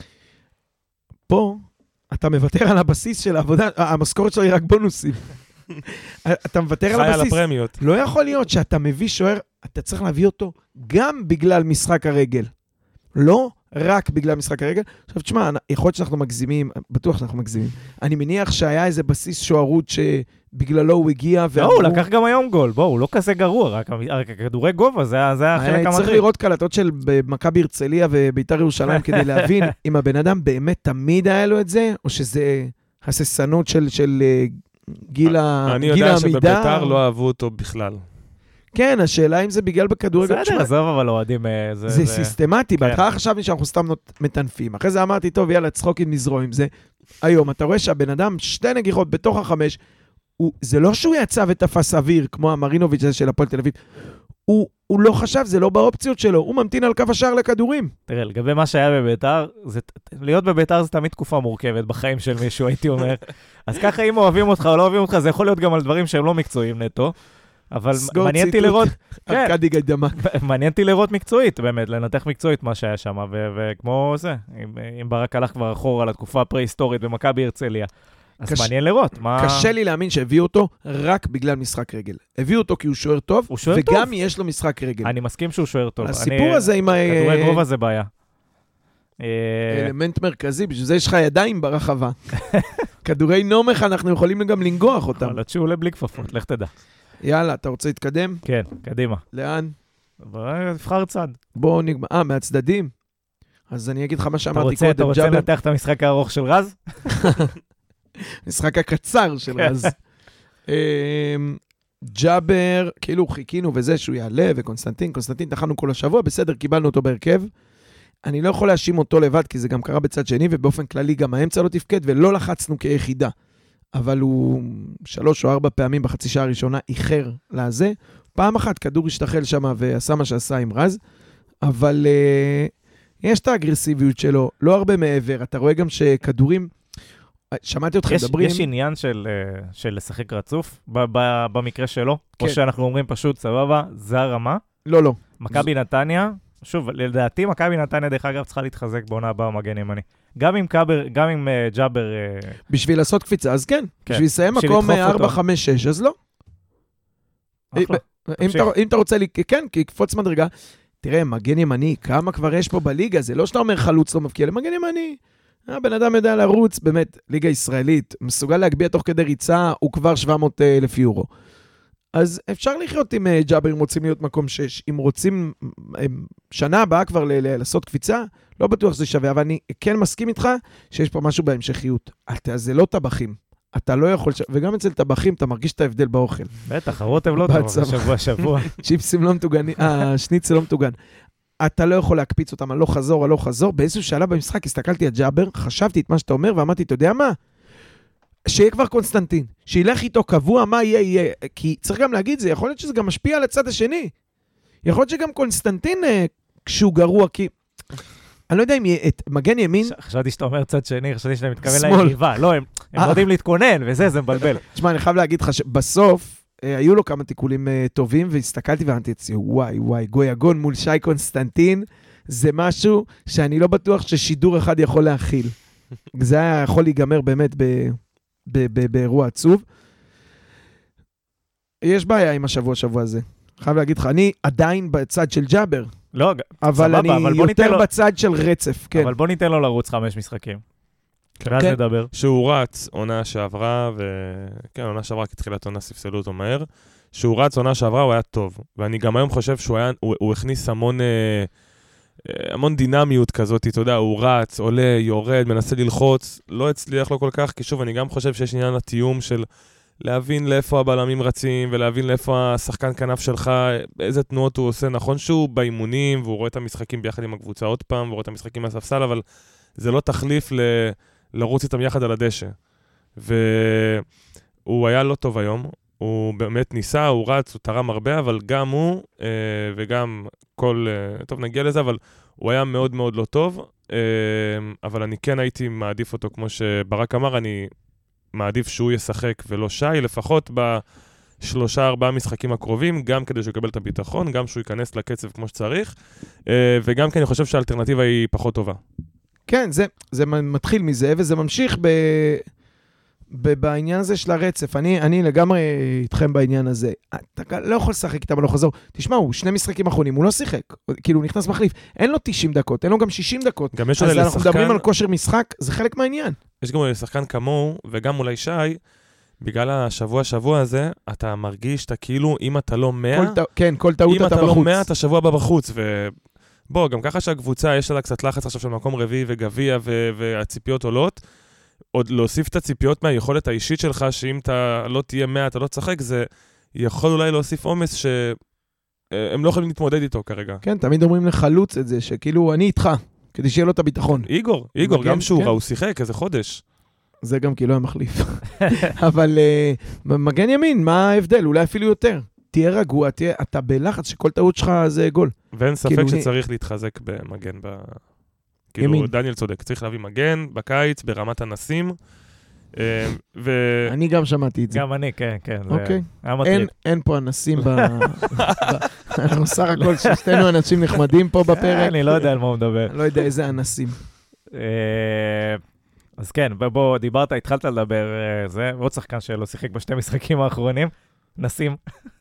Speaker 3: פה אתה מוותר על הבסיס של העבודה, המשכורת שלה היא רק בונוסים. אתה מוותר על הבסיס.
Speaker 2: על הפרמיות.
Speaker 3: לא יכול להיות שאתה מביא שוער, אתה צריך להביא אותו גם בגלל משחק הרגל. לא רק בגלל משחק הרגל. עכשיו, תשמע, יכול להיות שאנחנו מגזימים, בטוח שאנחנו מגזימים. אני מניח שהיה איזה בסיס שוערות שבגללו הוא הגיע.
Speaker 1: לא, הוא לקח גם היום גול. בואו, הוא לא כזה גרוע, רק הכדורי גובה, זה היה חלק המטריד.
Speaker 3: צריך לראות קלטות של מכבי הרצליה ובית"ר ירושלים כדי להבין אם הבן אדם באמת תמיד היה לו את זה, או שזה הססנות של גיל העמידה.
Speaker 2: אני יודע שבבית"ר לא אהבו אותו בכלל.
Speaker 3: כן, השאלה אם זה בגלל בכדורגל.
Speaker 1: בסדר, עזוב, אבל אוהדים...
Speaker 3: זה סיסטמטי, בהתחלה חשבתי שאנחנו סתם מטנפים. אחרי זה אמרתי, טוב, יאללה, צחוק עם נזרום עם זה. היום, אתה רואה שהבן אדם, שתי נגיחות בתוך החמש, זה לא שהוא יצא ותפס אוויר, כמו המרינוביץ' הזה של הפועל תל אביב. הוא לא חשב, זה לא באופציות שלו, הוא ממתין על קו השער לכדורים.
Speaker 1: תראה, לגבי מה שהיה בביתר, להיות בביתר זה תמיד תקופה מורכבת בחיים של מישהו, הייתי אומר. אז ככה, אם אוהבים אותך או לא אוהבים אותך, זה יכול להיות גם על דברים שהם לא מקצועיים נטו. אבל מעניינתי לראות, מעניינתי לראות מקצועית, באמת, לנתח מקצועית מה שהיה שם, וכמו זה, אם ברק הלך כבר אחורה לתקופה הפרה-היסטורית במכבי הרצליה, אז מעניין לראות.
Speaker 3: קשה לי להאמין שהביאו אותו רק בגלל משחק רגל. הביאו אותו כי הוא שוער טוב, וגם יש לו משחק רגל.
Speaker 1: אני מסכים שהוא שוער טוב.
Speaker 3: הסיפור הזה עם...
Speaker 1: כדורי גובה זה בעיה.
Speaker 3: אלמנט מרכזי, בשביל זה יש לך ידיים ברחבה. כדורי נומך אנחנו יכולים גם לנגוח אותם.
Speaker 1: אבל שהוא עולה בלי כפפות, לך תדע.
Speaker 3: יאללה, אתה רוצה להתקדם?
Speaker 1: כן, קדימה.
Speaker 3: לאן?
Speaker 1: נבחר צד.
Speaker 3: בואו נגמר. אה, מהצדדים? אז אני אגיד לך מה שאמרתי
Speaker 1: קודם. אתה רוצה לנתח את המשחק הארוך של רז?
Speaker 3: משחק הקצר של רז. ג'אבר, כאילו חיכינו וזה שהוא יעלה, וקונסטנטין, קונסטנטין תחנו כל השבוע, בסדר, קיבלנו אותו בהרכב. אני לא יכול להאשים אותו לבד, כי זה גם קרה בצד שני, ובאופן כללי גם האמצע לא תפקד, ולא לחצנו כיחידה. אבל הוא שלוש או ארבע פעמים בחצי שעה הראשונה איחר לזה. פעם אחת כדור השתחל שם ועשה מה שעשה עם רז, אבל uh, יש את האגרסיביות שלו, לא הרבה מעבר. אתה רואה גם שכדורים, שמעתי אותך
Speaker 1: יש,
Speaker 3: מדברים...
Speaker 1: יש עניין של, uh, של לשחק רצוף ב- ב- במקרה שלו, כן. או שאנחנו אומרים פשוט סבבה, זה הרמה.
Speaker 3: לא, לא.
Speaker 1: מכבי ז... נתניה, שוב, לדעתי מכבי נתניה דרך אגב צריכה להתחזק בעונה הבאה מגן ימני. גם עם קאבר, גם עם uh, ג'אבר... Uh...
Speaker 3: בשביל לעשות קפיצה, אז כן. כן. בשביל לסיים מקום ארבע חמש שש, אז לא. אחלה. אם אתה, אם אתה רוצה, לי, כן, כי קפוץ מדרגה, תראה, מגן ימני, כמה כבר יש פה בליגה, זה לא שאתה אומר חלוץ לא מבקיע, למגן ימני. הבן אדם יודע לרוץ, באמת, ליגה ישראלית, מסוגל להגביע תוך כדי ריצה, הוא כבר שבע מאות אלף יורו. אז אפשר לחיות עם ג'אבר אם רוצים להיות מקום שש. אם רוצים שנה הבאה כבר ל- ל- לעשות קפיצה, לא בטוח שזה שווה, אבל אני כן מסכים איתך שיש פה משהו בהמשכיות. אתה, זה לא טבחים. אתה לא יכול, ש... וגם אצל טבחים אתה מרגיש את ההבדל באוכל.
Speaker 1: בטח, הרוטב לא טוב, שבוע שבוע.
Speaker 3: צ'יפסים לא מטוגנים, השניצל לא מטוגן. אתה לא יכול להקפיץ אותם, הלוך חזור, הלוך חזור. באיזשהו שלב במשחק הסתכלתי על ג'אבר, חשבתי את מה שאתה אומר, ואמרתי, אתה יודע מה? שיהיה כבר קונסטנטין, שילך איתו קבוע, מה יהיה, יהיה. כי צריך גם להגיד זה, יכול להיות שזה גם משפיע על הצד השני. יכול להיות שגם קונסטנטין, כשהוא גרוע, כי... אני לא יודע אם את מגן ימין...
Speaker 1: חשבתי שאתה אומר צד שני, חשבתי שאתה מתכוון ליריבה. לא, הם יודעים להתכונן, וזה, זה מבלבל.
Speaker 3: תשמע, אני חייב להגיד לך שבסוף, היו לו כמה תיקולים טובים, והסתכלתי ואמרתי את זה, וואי, וואי, גויגון מול שי קונסטנטין, זה משהו שאני לא בטוח ששידור אחד יכול להכיל. זה היה יכול להיגמר באמת באירוע עצוב. יש בעיה עם השבוע שבוע הזה. חייב להגיד לך, אני עדיין בצד של ג'אבר.
Speaker 1: לא,
Speaker 3: אבל
Speaker 1: סבבה,
Speaker 3: אני
Speaker 1: אבל
Speaker 3: יותר
Speaker 1: לו...
Speaker 3: בצד של רצף, כן.
Speaker 1: אבל בוא ניתן לו לרוץ חמש משחקים. ואז
Speaker 3: כן.
Speaker 1: נדבר.
Speaker 2: שהוא רץ עונה שעברה, וכן, עונה שעברה, כי תחילת עונה ספסלו אותו מהר. שהוא רץ עונה שעברה, הוא היה טוב. ואני גם היום חושב שהוא היה, הוא, הוא הכניס המון, אה, המון דינמיות כזאת, אתה יודע, הוא רץ, עולה, יורד, מנסה ללחוץ, לא הצליח לו כל כך, כי שוב, אני גם חושב שיש עניין התיאום של להבין לאיפה הבלמים רצים, ולהבין לאיפה השחקן כנף שלך, איזה תנועות הוא עושה. נכון שהוא באימונים, והוא רואה את המשחקים ביחד עם הקבוצה עוד פעם, והוא רואה את המשחקים מהספסל, אבל זה לא תחליף ל... לרוץ איתם יחד על הדשא. והוא היה לא טוב היום, הוא באמת ניסה, הוא רץ, הוא תרם הרבה, אבל גם הוא, אה, וגם כל... אה, טוב, נגיע לזה, אבל הוא היה מאוד מאוד לא טוב, אה, אבל אני כן הייתי מעדיף אותו, כמו שברק אמר, אני מעדיף שהוא ישחק ולא שי, לפחות בשלושה, ארבעה משחקים הקרובים, גם כדי שהוא יקבל את הביטחון, גם שהוא ייכנס לקצב כמו שצריך, אה, וגם כי אני חושב שהאלטרנטיבה היא פחות טובה.
Speaker 3: כן, זה, זה מתחיל מזה, וזה ממשיך ב... בעניין הזה של הרצף. אני, אני לגמרי איתכם בעניין הזה. אתה לא יכול לשחק איתם, לא חזור. תשמעו, שני משחקים אחרונים, הוא לא שיחק. כאילו, הוא נכנס מחליף. אין לו תשעים דקות, אין לו גם שישים דקות.
Speaker 2: גם יש
Speaker 3: אז
Speaker 2: לשחקן...
Speaker 3: אנחנו מדברים על כושר משחק, זה חלק מהעניין.
Speaker 2: יש גם לשחקן כמוהו, וגם אולי שי, בגלל השבוע-שבוע הזה, אתה מרגיש, אתה כאילו, אם אתה לא מאה...
Speaker 3: כל, כן, כל טעות אתה,
Speaker 2: אתה בחוץ. אם אתה
Speaker 3: לא
Speaker 2: מאה, אתה שבוע הבא בחוץ, ו... בוא, גם ככה שהקבוצה, יש לה קצת לחץ עכשיו של מקום רביעי וגביע, ו... והציפיות עולות. עוד להוסיף את הציפיות מהיכולת האישית שלך, שאם אתה לא תהיה מאה, אתה לא תשחק, זה יכול אולי להוסיף עומס שהם לא יכולים להתמודד איתו כרגע.
Speaker 3: כן, תמיד אומרים לחלוץ את זה, שכאילו, אני איתך, כדי שיהיה לו את הביטחון.
Speaker 2: איגור, איגור, גם שהוא רע, הוא שיחק איזה חודש.
Speaker 3: זה גם כי לא היה מחליף. אבל מגן ימין, מה ההבדל? אולי אפילו יותר. תהיה רגוע, תהיה, אתה בלחץ שכל טעות שלך זה גול.
Speaker 2: ואין ספק שצריך להתחזק במגן ב... כאילו, דניאל צודק, צריך להביא מגן בקיץ, ברמת הנסים, ו...
Speaker 3: אני גם שמעתי את זה.
Speaker 1: גם אני, כן, כן.
Speaker 3: אוקיי. אין פה אנסים ב... אנחנו סך הכל ששתינו אנשים נחמדים פה בפרק.
Speaker 1: אני לא יודע על מה הוא מדבר.
Speaker 3: לא יודע איזה אנסים.
Speaker 1: אז כן, בוא, דיברת, התחלת לדבר, זה, ועוד שחקן שלא שיחק בשתי משחקים האחרונים, נסים.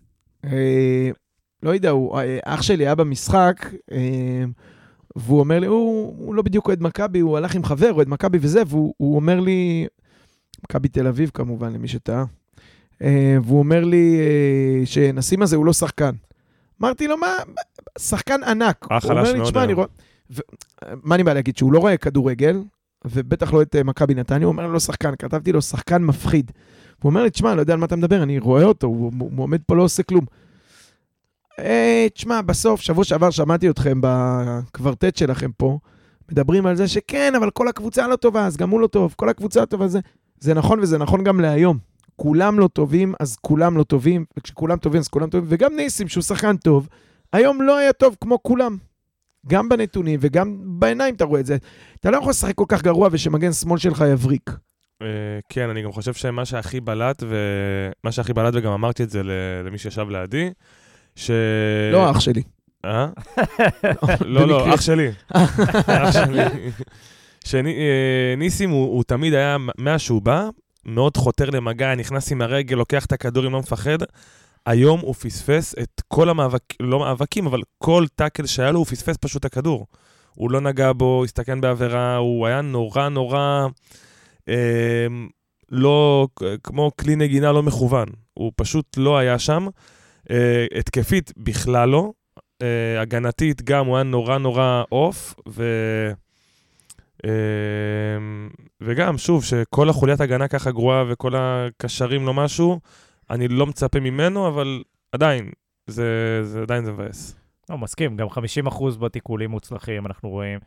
Speaker 3: לא יודע, אח שלי היה במשחק, והוא אומר לי, הוא, הוא לא בדיוק אוהד מכבי, הוא הלך עם חבר, אוהד מכבי וזה, והוא אומר לי, מכבי תל אביב כמובן, למי שטעה, והוא אומר לי שנסים הזה הוא לא שחקן. אמרתי לו, מה? שחקן ענק. הוא אומר לי, תשמע, אני רואה... ו... מה אני בא להגיד? שהוא לא רואה כדורגל, ובטח לא את מכבי נתניה, הוא אומר לו, לא שחקן, כתבתי לו, שחקן מפחיד. הוא אומר לי, תשמע, לא יודע על מה אתה מדבר, אני רואה אותו, הוא, הוא עומד פה, לא עושה כלום. היי, תשמע, בסוף, שבוע שעבר שמעתי אתכם בקוורטט שלכם פה, מדברים על זה שכן, אבל כל הקבוצה לא טובה, אז גם הוא לא טוב, כל הקבוצה לא טובה, זה, זה נכון וזה נכון גם להיום. כולם לא טובים, אז כולם לא טובים, וכשכולם טובים, אז כולם טובים, וגם ניסים, שהוא שחקן טוב, היום לא היה טוב כמו כולם. גם בנתונים וגם בעיניים אתה רואה את זה. אתה לא יכול לשחק כל כך גרוע ושמגן שמאל שלך יבריק.
Speaker 2: כן, אני גם חושב שמה שהכי בלט, ומה שהכי בלט, וגם אמרתי את זה למי שישב לידי, ש...
Speaker 3: לא אח שלי.
Speaker 2: אה? לא, לא, אח שלי. אח שלי. שניסים הוא תמיד היה, מהשהו בא, מאוד חותר למגע, נכנס עם הרגל, לוקח את הכדורים, לא מפחד. היום הוא פספס את כל המאבקים, לא מאבקים, אבל כל טאקל שהיה לו, הוא פספס פשוט את הכדור. הוא לא נגע בו, הסתכן בעבירה, הוא היה נורא נורא, אה, לא, כמו כלי נגינה לא מכוון. הוא פשוט לא היה שם. אה, התקפית בכלל לא. אה, הגנתית גם, הוא היה נורא נורא אוף, ו... אה, וגם, שוב, שכל החוליית הגנה ככה גרועה, וכל הקשרים לא משהו, אני לא מצפה ממנו, אבל עדיין, זה, זה עדיין זה מבאס.
Speaker 1: לא, מסכים, גם חמישים אחוז בתיקולים מוצלחים, אנחנו רואים.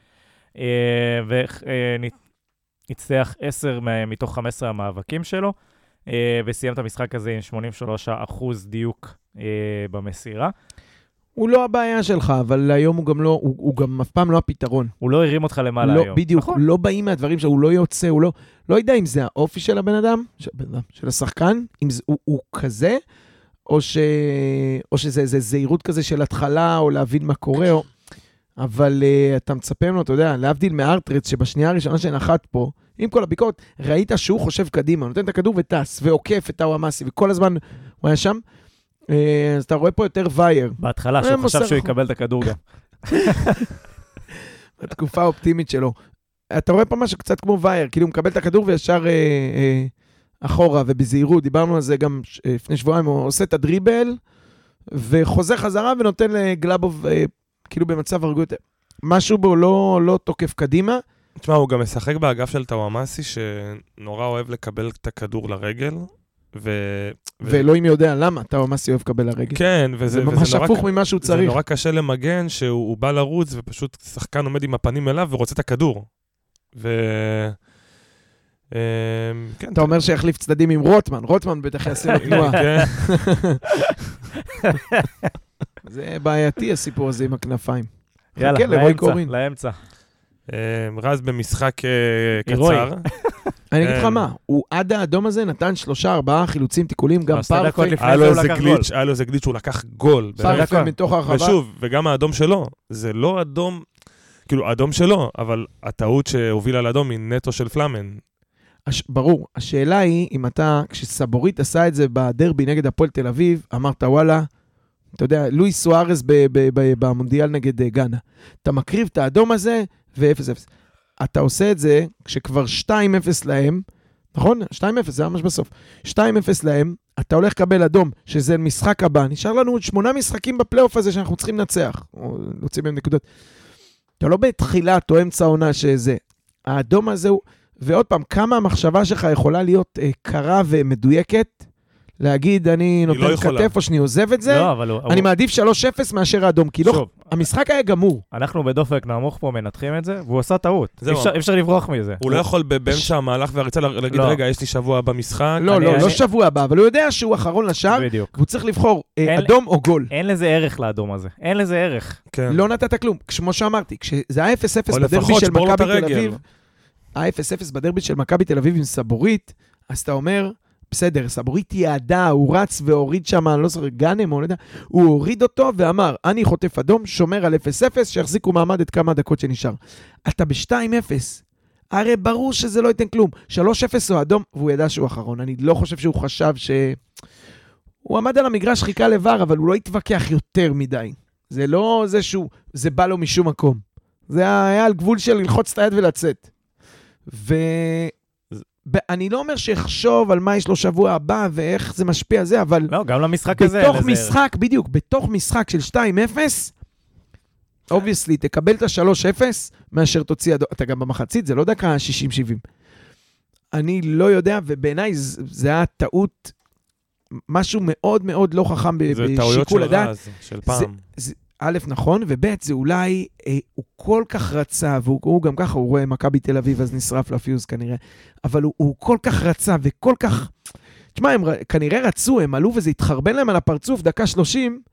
Speaker 1: והצליח עשר מתוך חמש עשרה המאבקים שלו, וסיים את המשחק הזה עם שמונים ושלושה אחוז דיוק במסירה. הוא
Speaker 3: לא הבעיה שלך, אבל היום הוא גם לא, הוא, הוא גם אף פעם לא הפתרון.
Speaker 1: הוא לא הרים אותך למעלה
Speaker 3: לא,
Speaker 1: היום.
Speaker 3: בדיוק, נכון. לא באים מהדברים שהוא לא יוצא, הוא לא, לא יודע אם זה האופי של הבן אדם, של, של השחקן, אם זה, הוא, הוא כזה, או, ש, או שזה זה זהירות כזה של התחלה, או להבין מה קורה, או, אבל uh, אתה מצפה ממנו, אתה יודע, להבדיל מארטרץ, שבשנייה הראשונה שנחת פה, עם כל הביקורת, ראית שהוא חושב קדימה, נותן את הכדור וטס, ועוקף את האוואמאסי, וכל הזמן הוא היה שם, אז אתה רואה פה יותר וייר.
Speaker 1: בהתחלה, שהוא חשב שהוא יקבל את הכדור גם.
Speaker 3: התקופה האופטימית שלו. אתה רואה פה משהו קצת כמו וייר, כאילו הוא מקבל את הכדור וישר אחורה, ובזהירות, דיברנו על זה גם לפני שבועיים, הוא עושה את הדריבל, וחוזר חזרה ונותן לגלאבוב, כאילו במצב הרגוע יותר. משהו בו לא תוקף קדימה.
Speaker 2: תשמע, הוא גם משחק באגף של טוואמאסי, שנורא אוהב לקבל את הכדור לרגל, ו...
Speaker 3: ואלוהים יודע למה, אתה ממש אוהב קבל הרגל.
Speaker 2: כן, וזה,
Speaker 3: זה ממש הפוך ממה שהוא צריך.
Speaker 2: זה נורא קשה למגן שהוא בא לרוץ, ופשוט שחקן עומד עם הפנים אליו ורוצה את הכדור. ו... כן,
Speaker 3: אתה אומר שיחליף צדדים עם רוטמן, רוטמן בטח יעשה לו תנועה. זה בעייתי הסיפור הזה עם הכנפיים.
Speaker 1: יאללה, לאמצע, לאמצע.
Speaker 2: רז במשחק קצר.
Speaker 3: אני אגיד לך מה, הוא עד האדום הזה נתן שלושה, ארבעה חילוצים, תיקולים, גם פרפה.
Speaker 2: היה לו איזה גליץ' שהוא לקח גול.
Speaker 3: פרפה מתוך הרחבה.
Speaker 2: ושוב, וגם האדום שלו, זה לא אדום, כאילו אדום שלו, אבל הטעות שהובילה לאדום היא נטו של פלאמן.
Speaker 3: ברור, השאלה היא, אם אתה, כשסבורית עשה את זה בדרבי נגד הפועל תל אביב, אמרת וואלה, אתה יודע, לואיס סוארז במונדיאל נגד גאנה. אתה מקריב את האדום הזה, ו-אפס אפס. אתה עושה את זה כשכבר שתיים אפס להם, נכון? שתיים אפס, זה ממש בסוף. שתיים אפס להם, אתה הולך לקבל אדום, שזה משחק הבא. נשאר לנו עוד שמונה משחקים בפלייאוף הזה שאנחנו צריכים לנצח, או להוציא מהם נקודות. אתה לא בתחילת או אמצע עונה שזה. האדום הזה הוא, ועוד פעם, כמה המחשבה שלך יכולה להיות אה, קרה ומדויקת, להגיד, אני נותן לא כתף או שאני עוזב את זה, לא, אבל אני הוא... מעדיף שלוש אפס מאשר האדום, כי לא, המשחק היה גמור.
Speaker 1: אנחנו בדופק נמוך פה מנתחים את זה, והוא עשה טעות. אפשר, אפשר לברוח מזה.
Speaker 2: הוא לא יכול באמצע המהלך והריצה להגיד, לא. רגע, יש לי שבוע במשחק.
Speaker 3: לא, אני, לא, אני... לא שבוע הבא, אבל הוא יודע שהוא אחרון לשער, והוא צריך לבחור אה, אדום או גול.
Speaker 1: אין לזה ערך לאדום הזה. אין לזה ערך.
Speaker 3: כן. לא נתת כלום. כמו שאמרתי, כשזה היה אפס אפס בדרבי של מכבי תל אביב, ה-אפס אפס בדרבי של מכבי תל אביב עם סבורית, אז אתה אומר, בסדר, סבורית יעדה, הוא רץ והוריד שם, אני לא זוכר, גאנם, או לא יודע, הוא הוריד אותו ואמר, אני חוטף אדום, שומר על אפס אפס, שיחזיקו מעמד את כמה דקות שנשאר. אתה ב-שתיים אפס, הרי ברור שזה לא ייתן כלום. שלוש אפס הוא אדום, והוא ידע שהוא אחרון. אני לא חושב שהוא חשב ש... הוא עמד על המגרש, חיכה לבר, אבל הוא לא התווכח יותר מדי. זה לא זה שהוא, זה בא לו משום מקום. זה היה על גבול של ללחוץ את היד ולצאת. ואני לא אומר שיחשוב על מה יש לו שבוע הבא ואיך זה משפיע על זה, אבל...
Speaker 1: לא, גם למשחק הזה...
Speaker 3: בתוך משחק, בדיוק, בתוך משחק של שתיים אפס, obviously, תקבל את ה-שלוש אפס, מאשר תוציא... אתה גם במחצית, זה לא דקה שישים שבעים. אני לא יודע, ובעיניי זה היה טעות, משהו מאוד מאוד לא חכם בשיקול הדעת.
Speaker 2: זה טעויות של רז, של פעם.
Speaker 3: זה, זה, א', נכון, וב', זה אולי, אה, הוא כל כך רצה, והוא הוא גם ככה, הוא רואה מכבי תל אביב, אז נשרף לפיוז כנראה, אבל הוא, הוא כל כך רצה, וכל כך, תשמע, הם כנראה רצו, הם עלו וזה התחרבן להם על הפרצוף, דקה שלושים,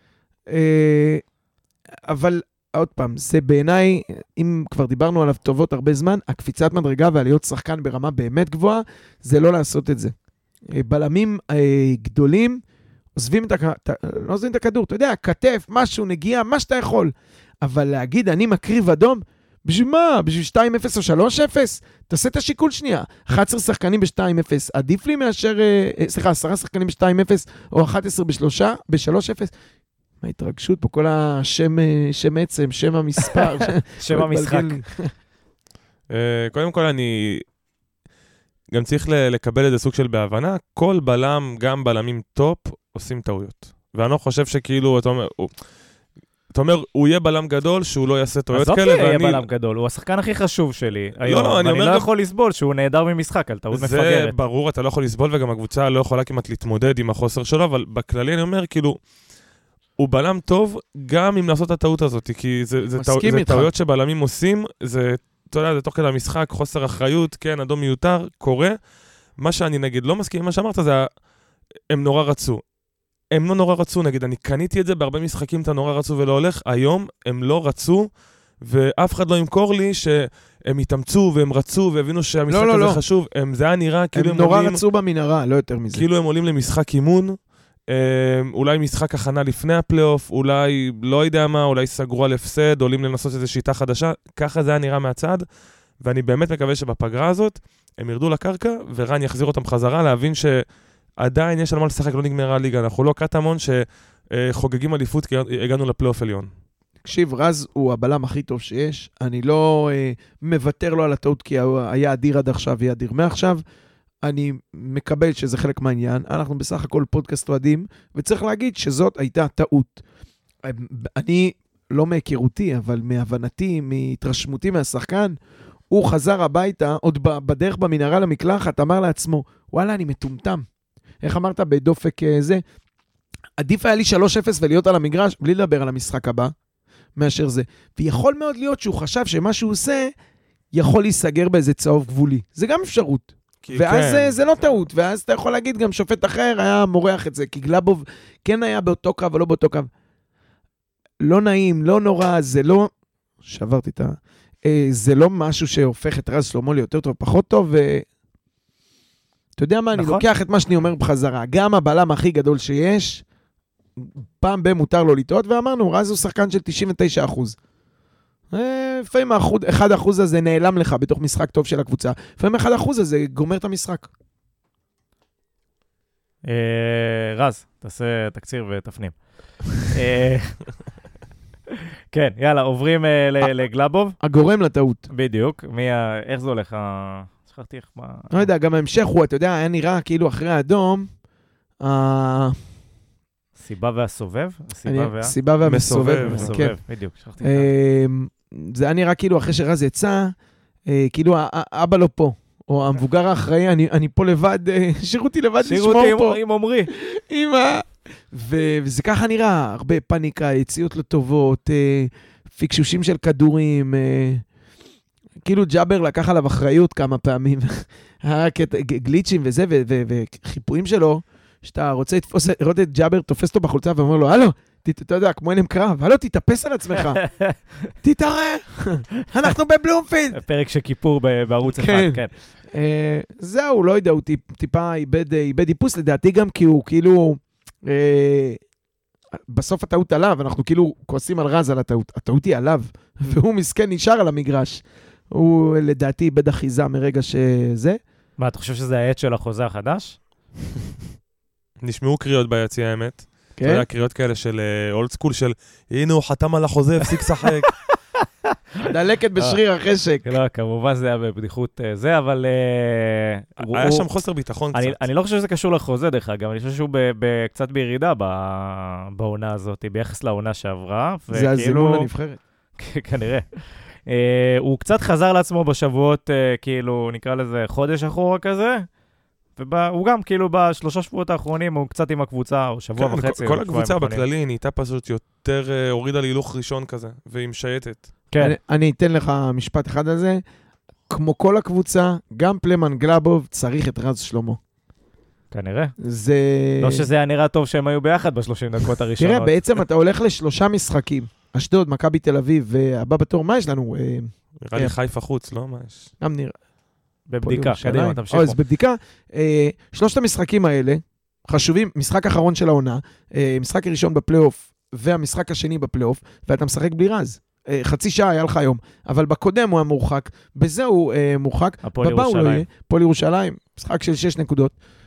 Speaker 3: אה, אבל עוד פעם, זה בעיניי, אם כבר דיברנו עליו טובות הרבה זמן, הקפיצת מדרגה ועליות שחקן ברמה באמת גבוהה, זה לא לעשות את זה. בלמים אה, גדולים, עוזבים את, הכ... לא עוזבים את הכדור, אתה יודע, כתף, משהו, נגיע, מה שאתה יכול. אבל להגיד, אני מקריב אדום, בשביל מה? בשביל שתיים אפס או שלוש אפס? תעשה את השיקול שנייה. אחת עשרה שחקנים ב-שתיים אפס, עדיף לי מאשר, סליחה, עשרה שחקנים ב-שתיים אפס, או אחת עשרה בשלושה, ב-שלוש אפס. מה ההתרגשות פה? כל השם, שם עצם, שם המספר.
Speaker 1: שם המשחק.
Speaker 2: קודם כל, אני... גם צריך לקבל איזה סוג של בהבנה, כל בלם, גם בלמים טופ, עושים טעויות. ואני לא חושב שכאילו, אתה אומר, הוא, אתה אומר, הוא יהיה בלם גדול, שהוא לא יעשה טעויות כאלה,
Speaker 1: ואני... יהיה בלם גדול, הוא השחקן הכי חשוב שלי היום, לא, אני ואני לא גם... יכול לסבול שהוא נהדר ממשחק על טעות
Speaker 2: זה
Speaker 1: מפגרת.
Speaker 2: זה ברור, אתה לא יכול לסבול, וגם הקבוצה לא יכולה כמעט להתמודד עם החוסר שלו, אבל בכללי אני אומר, כאילו, הוא בלם טוב, גם אם לעשות את הטעות הזאת, כי זה, זה, טעו, זה טעויות שבלמים עושים, זה... אתה יודע, זה תוך כדי המשחק, חוסר אחריות, כן, אדום מיותר, קורה. מה שאני נגיד לא מסכים, מה שאמרת זה, הם נורא רצו. הם לא נורא רצו, נגיד, אני קניתי את זה, בהרבה משחקים אתה נורא רצו ולא הולך, היום הם לא רצו, ואף אחד לא ימכור לי שהם התאמצו והם רצו והבינו שהמשחק
Speaker 3: לא, לא,
Speaker 2: הזה
Speaker 3: לא.
Speaker 2: חשוב, הם, זה היה נראה כאילו
Speaker 3: הם,
Speaker 2: הם
Speaker 3: נורא
Speaker 2: עולים...
Speaker 3: רצו במנהרה, לא יותר מזה.
Speaker 2: כאילו הם עולים למשחק אימון, אולי משחק הכנה לפני הפלייאוף, אולי לא יודע מה, אולי סגרו על הפסד, עולים לנסות איזו שיטה חדשה, ככה זה היה נראה מהצד, ואני באמת מקווה שבפגרה הזאת הם ירדו לקרקע, ורן יחזיר אותם חזרה, להבין שעדיין יש על מה לשחק, לא נגמרה הליגה, אנחנו לא קטמון שחוגגים אליפות, כי הגענו לפלייאוף עליון.
Speaker 3: תקשיב, רז הוא הבלם הכי טוב שיש, אני לא אה, מוותר לו על הטעות, כי היה אדיר עד עכשיו, יהיה אדיר מעכשיו, אני מקבל שזה חלק מהעניין, אנחנו בסך הכל פודקאסט אוהדים, וצריך להגיד שזאת הייתה טעות. אני לא מהיכרותי, אבל מהבנתי, מהתרשמותי מהשחקן, הוא חזר הביתה, עוד בדרך במנהרה למקלחת, אמר לעצמו, וואלה, אני מטומטם. איך אמרת, בדופק זה, עדיף היה לי שלוש אפס ולהיות על המגרש, בלי לדבר על המשחק הבא, מאשר זה. ויכול מאוד להיות שהוא חשב שמה שהוא עושה, יכול להיסגר באיזה צהוב גבולי. זה גם אפשרות. ואז כן. זה לא טעות, ואז אתה יכול להגיד גם שופט אחר היה מורח את זה, כי גלאבוב כן היה באותו קו או לא באותו קו. לא נעים, לא נורא, זה לא... שברתי את ה... זה לא משהו שהופך את רז שלמה ליותר טוב, פחות טוב, ו... אתה יודע מה, נכון? אני לוקח את מה שאני אומר בחזרה. גם הבלם הכי גדול שיש, פעם בה מותר לו לטעות, ואמרנו, רז הוא שחקן של תשעים ותשעה אחוז. לפעמים אחד אחוז הזה נעלם לך בתוך משחק טוב של הקבוצה. לפעמים אחד אחוז הזה גומר את המשחק.
Speaker 1: רז, תעשה תקציר ותפנים. כן, יאללה, עוברים לגלאבוב.
Speaker 3: הגורם לטעות.
Speaker 1: בדיוק. איך זה הולך? שכחתי איך מה...
Speaker 3: לא יודע, גם ההמשך הוא, אתה יודע, היה נראה כאילו אחרי האדום,
Speaker 1: סיבה והסובב?
Speaker 3: סיבה והמסובב.
Speaker 1: מסובב, בדיוק, שכחתי.
Speaker 3: זה היה נראה כאילו אחרי שרז יצא, כאילו האבא לא פה, או המבוגר האחראי, אני פה לבד, שירו אותי לבד לשמור פה.
Speaker 1: שירו אותי עם עומרי.
Speaker 3: אמא. וזה ככה נראה, הרבה פניקה, יציאות לא טובות, פיקשושים של כדורים, כאילו ג'אבר לקח עליו אחריות כמה פעמים, גליצ'ים וזה, וחיפויים שלו, שאתה רוצה לראות את ג'אבר, תופס אותו בחולצה ואומר לו, הלו, אתה יודע, כמו אינם קרב, הלו, תתאפס על עצמך, תתערר, אנחנו בבלומפילד.
Speaker 1: פרק של כיפור בערוץ אחד, כן.
Speaker 3: זהו, לא יודע, הוא טיפה איבד איפוס, לדעתי גם כי הוא כאילו, בסוף הטעות עליו, אנחנו כאילו כועסים על רז על הטעות, הטעות היא עליו, והוא מסכן נשאר על המגרש. הוא לדעתי איבד אחיזה מרגע שזה.
Speaker 1: מה, אתה חושב שזה העט של החוזה החדש?
Speaker 2: נשמעו קריאות ביציע האמת. כן? זה היה קריאות כאלה של אולד סקול של, הנה הוא חתם על החוזה, הפסיק שחק.
Speaker 3: דלקת בשריר החשק.
Speaker 1: לא, כמובן זה היה בבדיחות זה, אבל...
Speaker 2: היה שם חוסר ביטחון קצת.
Speaker 1: אני לא חושב שזה קשור לחוזה דרך אגב, אני חושב שהוא קצת בירידה בעונה הזאת, ביחס לעונה שעברה.
Speaker 3: זה הזימון לנבחרת.
Speaker 1: כנראה. הוא קצת חזר לעצמו בשבועות, כאילו, נקרא לזה חודש אחורה כזה, והוא גם כאילו בשלושה שבועות האחרונים, הוא קצת עם הקבוצה, או שבוע וחצי.
Speaker 2: כל הקבוצה בכללי נהייתה פשוט יותר, הורידה להילוך ראשון כזה, והיא משייטת.
Speaker 3: כן. אני אתן לך משפט אחד על זה, כמו כל הקבוצה, גם פלמן גלאבוב צריך את רז שלמה.
Speaker 1: כנראה.
Speaker 3: זה...
Speaker 1: לא שזה היה נראה טוב שהם היו ביחד בשלושים דקות הראשונות.
Speaker 3: תראה, בעצם אתה הולך לשלושה משחקים, אשדוד, מכבי תל אביב, והבא בתור, מה יש לנו?
Speaker 2: נראה לי חיפה חוץ, לא? מה יש?
Speaker 3: גם נראה.
Speaker 1: בבדיקה, קדימה, תמשיכו.
Speaker 3: אז בבדיקה, שלושת המשחקים האלה, חשובים, משחק אחרון של העונה, משחק הראשון בפלייאוף, והמשחק השני בפלייאוף, ואתה משחק בלי רז. חצי שעה היה לך היום, אבל בקודם הוא היה מורחק, בזה הוא מורחק, בבא הוא לא יהיה, פועל ירושלים, משחק של שש נקודות.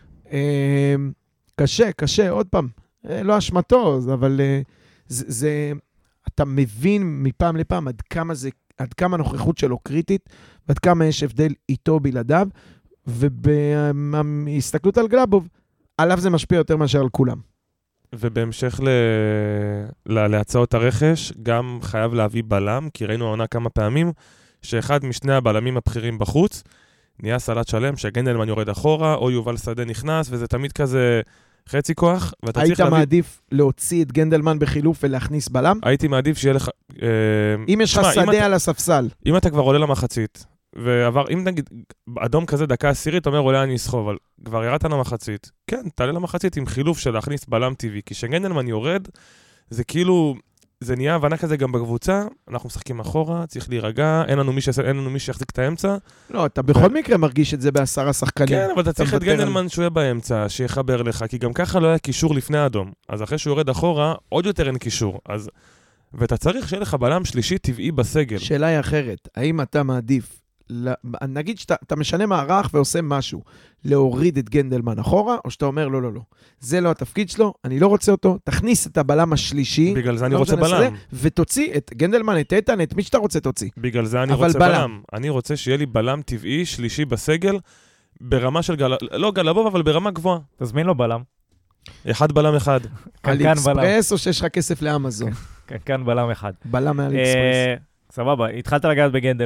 Speaker 3: קשה, קשה, עוד פעם, לא אשמתו, אבל זה, אתה מבין מפעם לפעם עד כמה זה, עד כמה הנוכחות שלו קריטית, ועד כמה יש הבדל איתו בלעדיו, ובהסתכלות על גלאבוב, עליו זה משפיע יותר מאשר על כולם.
Speaker 2: ובהמשך ל... ל... להצעות הרכש, גם חייב להביא בלם, כי ראינו העונה כמה פעמים, שאחד משני הבלמים הבכירים בחוץ, נהיה סלט שלם, שגנדלמן יורד אחורה, או יובל שדה נכנס, וזה תמיד כזה חצי כוח, ואתה צריך להביא...
Speaker 3: היית מעדיף להוציא את גנדלמן בחילוף ולהכניס בלם?
Speaker 2: הייתי מעדיף שיהיה לך...
Speaker 3: אם יש לך שדה על הספסל.
Speaker 2: אם אתה כבר עולה למחצית, ועבר, אם נגיד, אדום כזה דקה עשירית, אומר עולה אני אסחוב, אבל כבר ירדת למחצית. כן, תעלה למחצית עם חילוף של להכניס בלם טבעי, כי שגנדלמן יורד, זה כאילו, זה נהיה הבנה כזה גם בקבוצה, אנחנו משחקים אחורה, צריך להירגע, אין לנו מי, ש... אין לנו מי שיחזיק את האמצע.
Speaker 3: לא, אתה בכל מקרה מרגיש את זה בעשרה שחקנים.
Speaker 2: כן, אבל אתה צריך את גנדלמן שהוא יהיה באמצע, שיחבר לך, כי גם ככה לא היה קישור לפני האדום. אז אחרי שהוא יורד אחורה, עוד יותר אין קישור. אז... ואתה צריך שיהיה לך בלם שלישי טבעי בסגל.
Speaker 3: שאלה היא אחרת, האם אתה מעדיף נגיד שאתה משנה מערך ועושה משהו, להוריד את גנדלמן אחורה, או שאתה אומר, לא, לא, לא. זה לא התפקיד שלו, אני לא רוצה אותו, תכניס את הבלם השלישי.
Speaker 2: בגלל זה אני רוצה בלם.
Speaker 3: ותוציא את גנדלמן, את איתן, את מי שאתה רוצה תוציא.
Speaker 2: בגלל זה אני רוצה בלם. אני רוצה שיהיה לי בלם טבעי, שלישי בסגל, ברמה של גל... לא גלבוב, אבל ברמה גבוהה.
Speaker 1: תזמין לו בלם.
Speaker 2: אחד בלם אחד.
Speaker 3: על אקספרס או שיש לך כסף לאמזון?
Speaker 1: כאן בלם אחד.
Speaker 3: בלם על אקספרס.
Speaker 1: סבבה, התחלת לגעת בגנדלמן,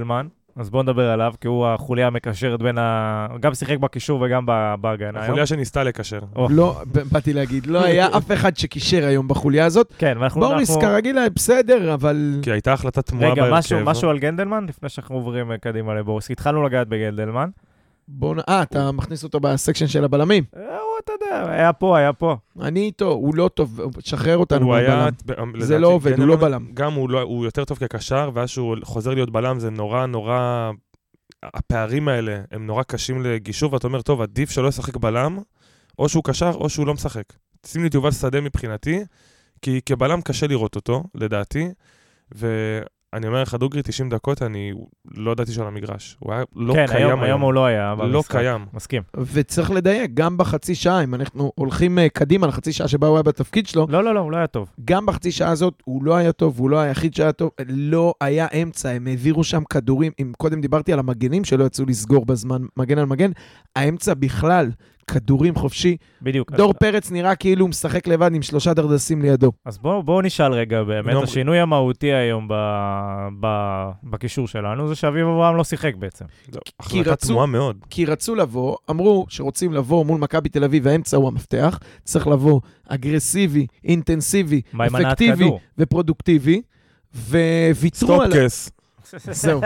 Speaker 1: אז בואו נדבר עליו, כי הוא החוליה המקשרת בין ה... גם שיחק בקישור וגם בהגנה.
Speaker 2: החוליה שניסתה לקשר.
Speaker 3: לא, באתי להגיד, לא היה אף אחד שקישר היום בחוליה הזאת.
Speaker 1: כן, ואנחנו...
Speaker 3: בוריס כרגיל היה בסדר, אבל...
Speaker 2: כי הייתה החלטה תמוהה בהרכב.
Speaker 1: רגע, משהו על גנדלמן, לפני שאנחנו עוברים קדימה לבוריס. התחלנו לגעת בגנדלמן.
Speaker 3: בוא נ... אה, אתה מכניס אותו בסקשן של הבלמים?
Speaker 1: הוא, אתה יודע, היה פה, היה פה.
Speaker 3: אני איתו, הוא לא טוב, שחרר אותנו
Speaker 2: בבלם.
Speaker 3: זה לא עובד, הוא לא בלם.
Speaker 2: גם הוא יותר טוב כקשר, ואז שהוא חוזר להיות בלם, זה נורא, נורא... הפערים האלה הם נורא קשים לגישור, ואתה אומר, טוב, עדיף שלא ישחק בלם, או שהוא קשר, או שהוא לא משחק. שים לי את יובל שדה מבחינתי, כי כבלם קשה לראות אותו, לדעתי, ואני אומר לך, דוגרי, תשעים דקות, אני לא ידעתי שעל המגרש. הוא היה לא
Speaker 1: כן,
Speaker 2: קיים
Speaker 1: היום. היום הוא לא היה במשחק.
Speaker 2: לא קיים.
Speaker 1: מסכים.
Speaker 3: וצריך לדייק, גם בחצי שעה, אם אנחנו הולכים קדימה לחצי שעה שבה הוא היה בתפקיד שלו,
Speaker 1: לא, לא, לא, הוא לא היה טוב.
Speaker 3: גם בחצי שעה הזאת הוא לא היה טוב, הוא לא היחיד שהיה טוב, לא היה אמצע, הם העבירו שם כדורים, אם קודם דיברתי על המגנים שלא יצאו לסגור בזמן, מגן על מגן, האמצע בכלל, כדורים חופשי.
Speaker 1: בדיוק.
Speaker 3: דור פרץ נראה כאילו הוא משחק לבד עם שלושה דרדסים לידו.
Speaker 1: אז בואו בוא נשאל רגע, באמת,
Speaker 2: לא...
Speaker 1: השינוי המהותי היום ב, ב, בקישור שלנו, זה שאביב אברהם לא שיחק בעצם.
Speaker 2: לא, החלטה תמוהה מאוד.
Speaker 3: כי רצו לבוא, אמרו שרוצים לבוא מול מכבי תל אביב, האמצע הוא המפתח, צריך לבוא אגרסיבי, אינטנסיבי, אפקטיבי ופרודוקטיבי, וויתרו על...
Speaker 2: סטופקס.
Speaker 3: זהו.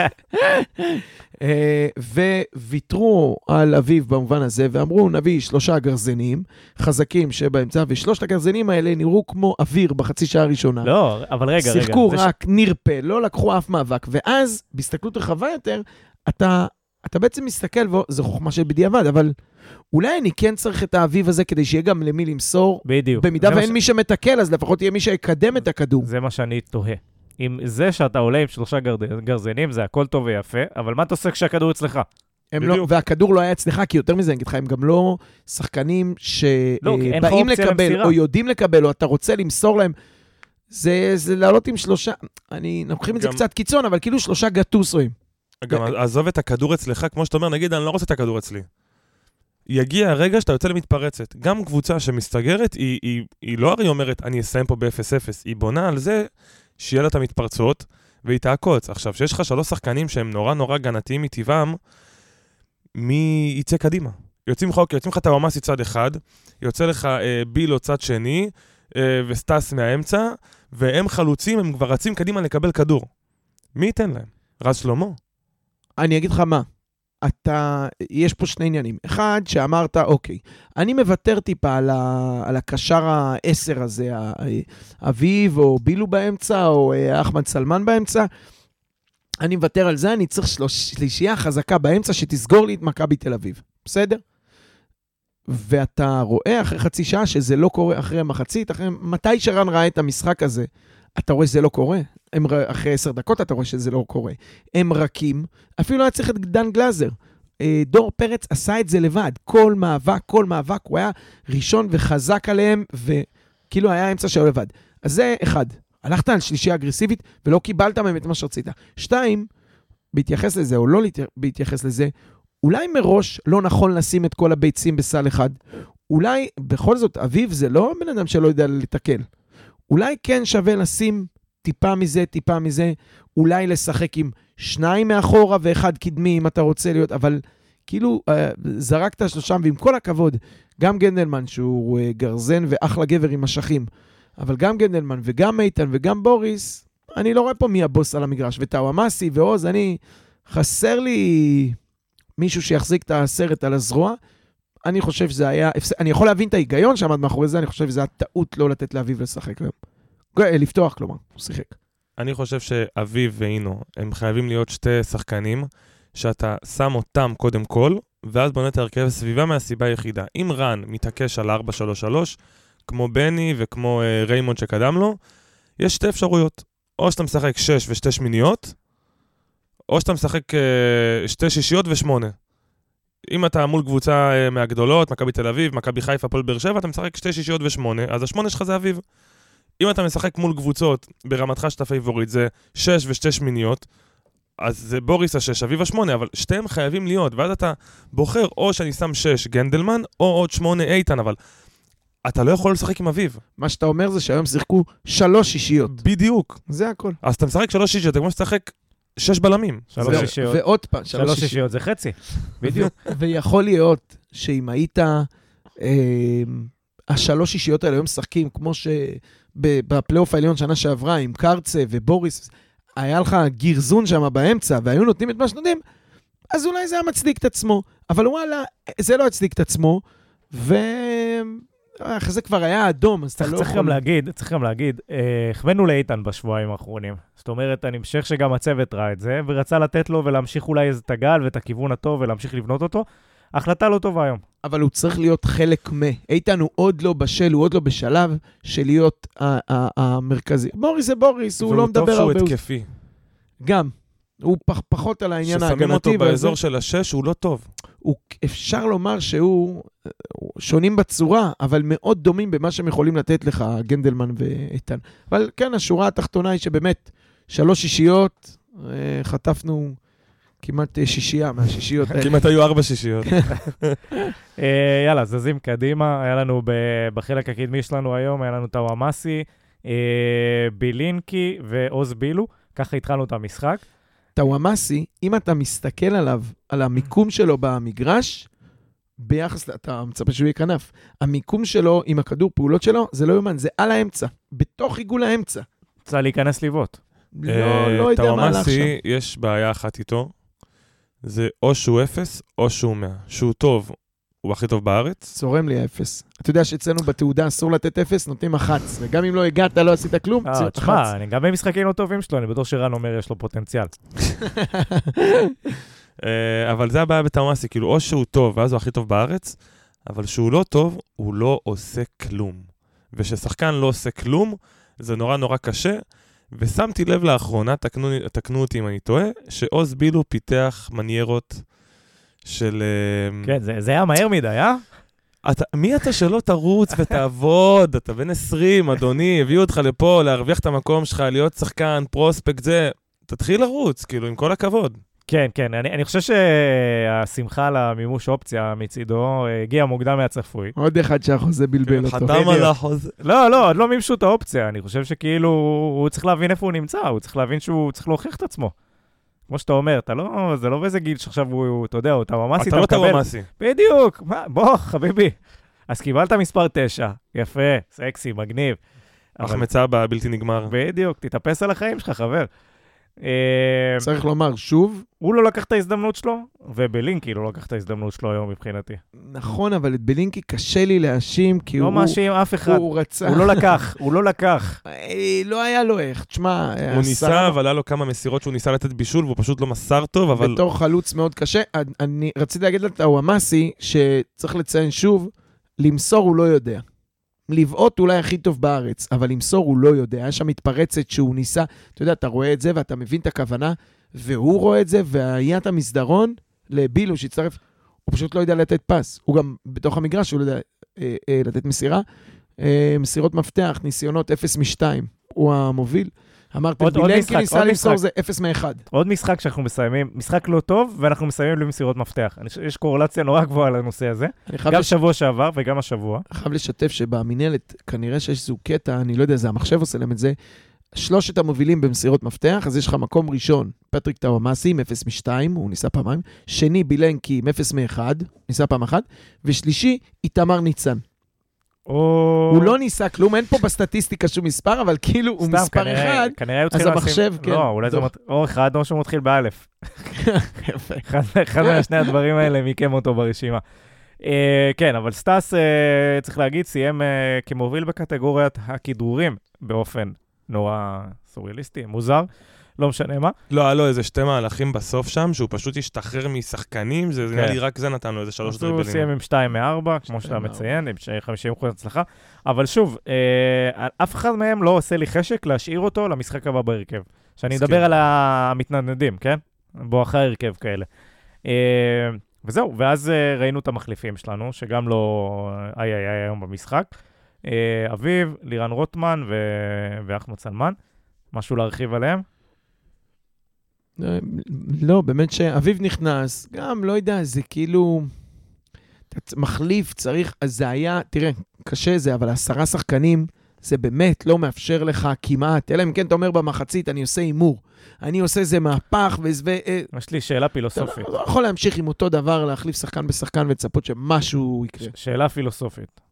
Speaker 3: וויתרו על אביב במובן הזה, ואמרו, נביא שלושה גרזנים חזקים שבאמצע, ושלושת הגרזנים האלה נראו כמו אוויר בחצי שעה הראשונה.
Speaker 1: לא, אבל רגע, רגע.
Speaker 3: שיחקו רק נרפה, לא לקחו אף מאבק, ואז, בהסתכלות רחבה יותר, אתה, אתה בעצם מסתכל, וזו חוכמה של בדיעבד, אבל אולי אני כן צריך את האביב הזה, כדי שיהיה גם למי למסור.
Speaker 1: בדיוק.
Speaker 3: במידה ואין ש... מי שמתקל, אז לפחות יהיה מי שיקדם את הכדור.
Speaker 1: זה מה שאני תוהה. עם זה שאתה עולה עם שלושה גרזנים, זה הכל טוב ויפה, אבל מה אתה עושה כשהכדור אצלך?
Speaker 3: לא, והכדור לא היה אצלך, כי יותר מזה, אני אגיד לך, הם גם לא שחקנים שבאים לא, לקבל, או יודעים לקבל, או אתה רוצה למסור להם, זה, זה לעלות עם שלושה, אני, נוקחים את זה קצת קיצון, אבל כאילו שלושה גטוסויים.
Speaker 2: גם עזוב את הכדור אצלך, כמו שאתה אומר, נגיד, אני לא רוצה את הכדור אצלי. יגיע הרגע שאתה יוצא למתפרצת. גם קבוצה שמסתגרת, היא, היא, היא לא הרי אומרת, אני אסיים פה ב-אפס אפס, היא בונה על זה שיהיה לה את המתפרצות, והיא תעקוץ. עכשיו, שיש לך שלוש שחקנים שהם נורא נורא גנתיים מטבעם, מי יצא קדימה? יוצאים לך, יוצאים לך את הוואמאסי צד אחד, יוצא לך אה, בילו צד שני, אה, וסטס מהאמצע, והם חלוצים, הם כבר רצים קדימה לקבל כדור. מי ייתן להם? רז שלמה?
Speaker 3: אני אגיד לך מה. אתה, יש פה שני עניינים. אחד, שאמרת, אוקיי, אני מוותר טיפה על, ה, על הקשר העשר הזה, אביב או בילו באמצע, או אחמד סלמן באמצע, אני מוותר על זה, אני צריך שלישייה חזקה באמצע שתסגור לי את מכבי תל אביב. בסדר? ואתה רואה אחרי חצי שעה שזה לא קורה אחרי מחצית, אחרי מתי שרן ראה את המשחק הזה, אתה רואה שזה לא קורה. הם, אחרי עשר דקות אתה רואה שזה לא קורה. הם רכים, אפילו לא היה צריך את דן גלזר. דור פרץ עשה את זה לבד. כל מאבק, כל מאבק, הוא היה ראשון וחזק עליהם, וכאילו היה אמצע שלו לבד. אז זה אחד. הלכת על שלישייה אגרסיבית, ולא קיבלת מהם את מה שרצית. שתיים, בהתייחס לזה, או לא בהתייחס לזה, אולי מראש לא נכון לשים את כל הביצים בסל אחד. אולי, בכל זאת, אביב זה לא בן אדם שלא יודע לתקל. אולי כן שווה לשים טיפה מזה, טיפה מזה, אולי לשחק עם שניים מאחורה ואחד קדמי אם אתה רוצה להיות, אבל כאילו זרקת שלושם, ועם כל הכבוד, גם גנדלמן שהוא גרזן ואחלה גבר עם משכים, אבל גם גנדלמן וגם איתן וגם בוריס, אני לא רואה פה מי הבוס על המגרש, וטאוואמאסי ועוז, אני חסר לי מישהו שיחזיק את הסרט על הזרוע, אני חושב שזה היה, אני יכול להבין את ההיגיון שעמד מאחורי זה, אני חושב שזה היה טעות לא לתת לאביב לשחק היום. לפתוח, כלומר, הוא שיחק.
Speaker 2: אני חושב שאביב ואינו, הם חייבים להיות שתי שחקנים, שאתה שם אותם קודם כל, ואז בונה את הרכב סביבה מהסיבה היחידה. אם רן מתעקש על ארבע שלוש שלוש, כמו בני וכמו uh, ריימונד שקדם לו, יש שתי אפשרויות. או שאתה משחק שש ושתי שמיניות, או שאתה משחק uh, שתי שישיות ושמונה. אם אתה מול קבוצה uh, מהגדולות, מכבי תל אביב, מכבי חיפה, הפועל באר שבע, אתה משחק שתי שישיות ושמונה, אז השמונה שלך זה אביב. אם אתה משחק מול קבוצות ברמתך שאתה פייבורית, זה שש ושתי שמיניות, אז זה בוריס השש, אביב השמונה, אבל שתיהם חייבים להיות, ואז אתה בוחר או שאני שם שש גנדלמן, או עוד שמונה איתן, אבל אתה לא יכול לשחק עם אביב.
Speaker 3: מה שאתה אומר זה שהיום שיחקו שלוש שישיות.
Speaker 2: בדיוק.
Speaker 3: זה הכל.
Speaker 2: אז אתה משחק שלוש שישיות, אתה כמו שתשחק שש בלמים.
Speaker 1: שלוש שישיות.
Speaker 3: ועוד פעם,
Speaker 1: שלוש שישיות זה חצי, בדיוק.
Speaker 3: ויכול להיות שאם היית, השלוש שישיות האלה היו משחקים, כמו שבפלייאוף העליון שנה שעברה, עם קרצה ובוריס, היה לך גרזון שם באמצע, והיו נותנים את מה שנותנים, אז אולי זה היה מצדיק את עצמו. אבל וואלה, זה לא הצדיק את עצמו, ו... אחרי זה כבר היה אדום, אז אתה לא יכול...
Speaker 1: צריך גם להגיד, צריך גם להגיד, הכוונו לאיתן בשבועיים האחרונים. זאת אומרת, אני חושב שגם הצוות ראה את זה, ורצה לתת לו ולהמשיך אולי את הגל ואת הכיוון הטוב ולהמשיך לבנות אותו. החלטה לא טובה היום.
Speaker 3: אבל הוא צריך להיות חלק מה. איתן הוא עוד לא בשל, הוא עוד לא בשלב של להיות המרכזי. בוריס זה בוריס, הוא לא מדבר הרבה.
Speaker 2: והוא טוב שהוא התקפי.
Speaker 3: גם. הוא פחות על העניין ההגנתי.
Speaker 2: ששמים אותו באזור של השש, הוא לא טוב.
Speaker 3: הוא, אפשר לומר שהוא שונים בצורה, אבל מאוד דומים במה שהם יכולים לתת לך, גנדלמן ואיתן. אבל כן, השורה התחתונה היא שבאמת, שלוש שישיות, חטפנו כמעט שישייה מהשישיות האלה.
Speaker 2: כמעט היו ארבע שישיות.
Speaker 1: יאללה, זזים קדימה. היה לנו בחלק הקדמי שלנו היום, היה לנו טאוואמאסי, בילינקי ועוז בילו. ככה התחלנו את המשחק.
Speaker 3: טאוואמאסי, אם אתה מסתכל עליו, על המיקום שלו במגרש, ביחס, אתה מצפה שהוא יהיה כנף. המיקום שלו עם הכדור פעולות שלו, זה לא יומן, זה על האמצע, בתוך עיגול האמצע.
Speaker 1: צריך להיכנס ליוות.
Speaker 3: לא, לא יודע מה הלך שם.
Speaker 2: טאוואמאסי, יש בעיה אחת איתו, זה או שהוא אפס, או שהוא מאה. שהוא טוב, הוא הכי טוב בארץ.
Speaker 3: צורם לי האפס. אתה יודע שאצלנו בתעודה אסור לתת אפס, נותנים אחץ, וגם אם לא הגעת, לא עשית כלום,
Speaker 1: אה, תשמע, אני גם במשחקים לא טובים שלו, אני בטוח שרן אומר, יש לו פוטנציאל.
Speaker 2: אבל זה הבעיה בטאוואמאסי, כאילו, או שהוא טוב, ואז הוא הכי טוב בארץ, אבל שהוא לא טוב, הוא לא עושה כלום. וששחקן לא עושה כלום, זה נורא נורא קשה, ושמתי לב לאחרונה, תקנו, תקנו אותי אם אני טועה, שעוז בילו פיתח מניירות של...
Speaker 1: כן, זה, זה היה מהר מדי, אה?
Speaker 2: אתה, מי אתה שלא תרוץ ותעבוד? אתה בן עשרים, אדוני, הביאו אותך לפה, להרוויח את המקום שלך, להיות שחקן, פרוספקט, זה... תתחיל לרוץ, כאילו, עם כל הכבוד.
Speaker 1: כן, כן, אני, אני חושב שהשמחה למימוש אופציה מצידו הגיעה מוקדם מהצפוי.
Speaker 3: עוד אחד שהחוזה בלבל אותו.
Speaker 2: חתם על החוזה.
Speaker 1: לא, לא, עוד לא מימשו את האופציה. אני חושב שכאילו הוא צריך להבין איפה הוא נמצא, הוא צריך להבין שהוא צריך להוכיח את עצמו. כמו שאתה אומר, אתה לא, זה לא באיזה גיל שעכשיו הוא, אתה יודע, הוא טאוואמאסי,
Speaker 2: אתה לא טאוואמאסי.
Speaker 1: בדיוק, בוא, חביבי. אז קיבלת מספר תשע, יפה, סקסי, מגניב.
Speaker 2: החמצה בבלתי נגמר.
Speaker 1: בדיוק, תתאפס על החיים שלך, חבר.
Speaker 3: צריך לומר, שוב,
Speaker 1: הוא לא לקח את ההזדמנות שלו, ובלינקי לא לקח את ההזדמנות שלו היום מבחינתי.
Speaker 3: נכון, אבל את בלינקי קשה לי להאשים, כי הוא...
Speaker 1: לא מאשים אף אחד.
Speaker 3: הוא רצה.
Speaker 1: הוא לא לקח, הוא לא לקח.
Speaker 3: לא היה לו איך, תשמע...
Speaker 2: הוא ניסה, אבל היה לו כמה מסירות שהוא ניסה לתת בישול, והוא פשוט לא מסר טוב, אבל...
Speaker 3: בתור חלוץ מאוד קשה. אני רציתי להגיד לטאוואמאסי, שצריך לציין שוב, למסור הוא לא יודע. לבעוט אולי הכי טוב בארץ, אבל למסור הוא לא יודע. היה שם מתפרצת שהוא ניסה, אתה יודע, אתה רואה את זה ואתה מבין את הכוונה, והוא רואה את זה, והיה את המסדרון לבילו שהצטרף, הוא פשוט לא יודע לתת פס. הוא גם בתוך המגרש, הוא לא יודע אה, אה, לתת מסירה. אה, מסירות מפתח, ניסיונות אפס משתיים. הוא המוביל. אמרתם, בילנקי ניסה למסור זה אפס מאחד.
Speaker 1: עוד משחק שאנחנו מסיימים, משחק לא טוב, ואנחנו מסיימים למסירות מפתח. יש קורלציה נורא גבוהה לנושא הזה. גם לש... שבוע שעבר וגם השבוע.
Speaker 3: אני חייב לשתף שבמינלת, כנראה שיש זו קטע, אני לא יודע, זה המחשב עושה להם את זה, שלושת המובילים במסירות מפתח, אז יש לך מקום ראשון, פטריק טאוואמאסי עם אפס משתיים, הוא ניסה פעמיים, שני בילנקי עם אפס מאחד, ניסה פעם אחת, ושלישי, איתמר ניצן. הוא לא ניסה כלום, אין פה בסטטיסטיקה שום מספר, אבל כאילו הוא מספר אחד, אז המחשב, כן.
Speaker 1: לא, אולי זה או אחד או שהוא מתחיל באלף. אחד מהשני הדברים האלה מיקם אותו ברשימה. כן, אבל סטאס, צריך להגיד, סיים כמוביל בקטגוריית הכדרורים, באופן נורא סוריאליסטי, מוזר. לא משנה מה.
Speaker 2: לא, היה לו איזה שתי מהלכים בסוף שם, שהוא פשוט השתחרר משחקנים, זה נראה לי רק זה נתן לו איזה שלוש דריבלים.
Speaker 1: הוא סיים עם שתיים מארבע, כמו שאתה מציין, עם חמישים אחוז הצלחה. אבל שוב, אף אחד מהם לא עושה לי חשק להשאיר אותו למשחק הבא בהרכב. שאני אדבר על המתנדנדים, כן? בואכה הרכב כאלה. וזהו, ואז ראינו את המחליפים שלנו, שגם לא איי איי איי היום במשחק. אביב, לירן רוטמן ואחמד סלמן. משהו להרחיב עליהם?
Speaker 3: לא, באמת שאביב נכנס, גם לא יודע, זה כאילו, מחליף, צריך, אז זה היה, תראה, קשה זה, אבל עשרה שחקנים, זה באמת לא מאפשר לך כמעט, אלא אם כן אתה אומר במחצית, אני עושה אימור, אני עושה זה מהפך, וזה...
Speaker 1: יש לי שאלה פילוסופית.
Speaker 3: אתה לא יכול להמשיך עם אותו דבר, להחליף שחקן בשחקן ולצפות שמשהו יקרה.
Speaker 1: שאלה פילוסופית.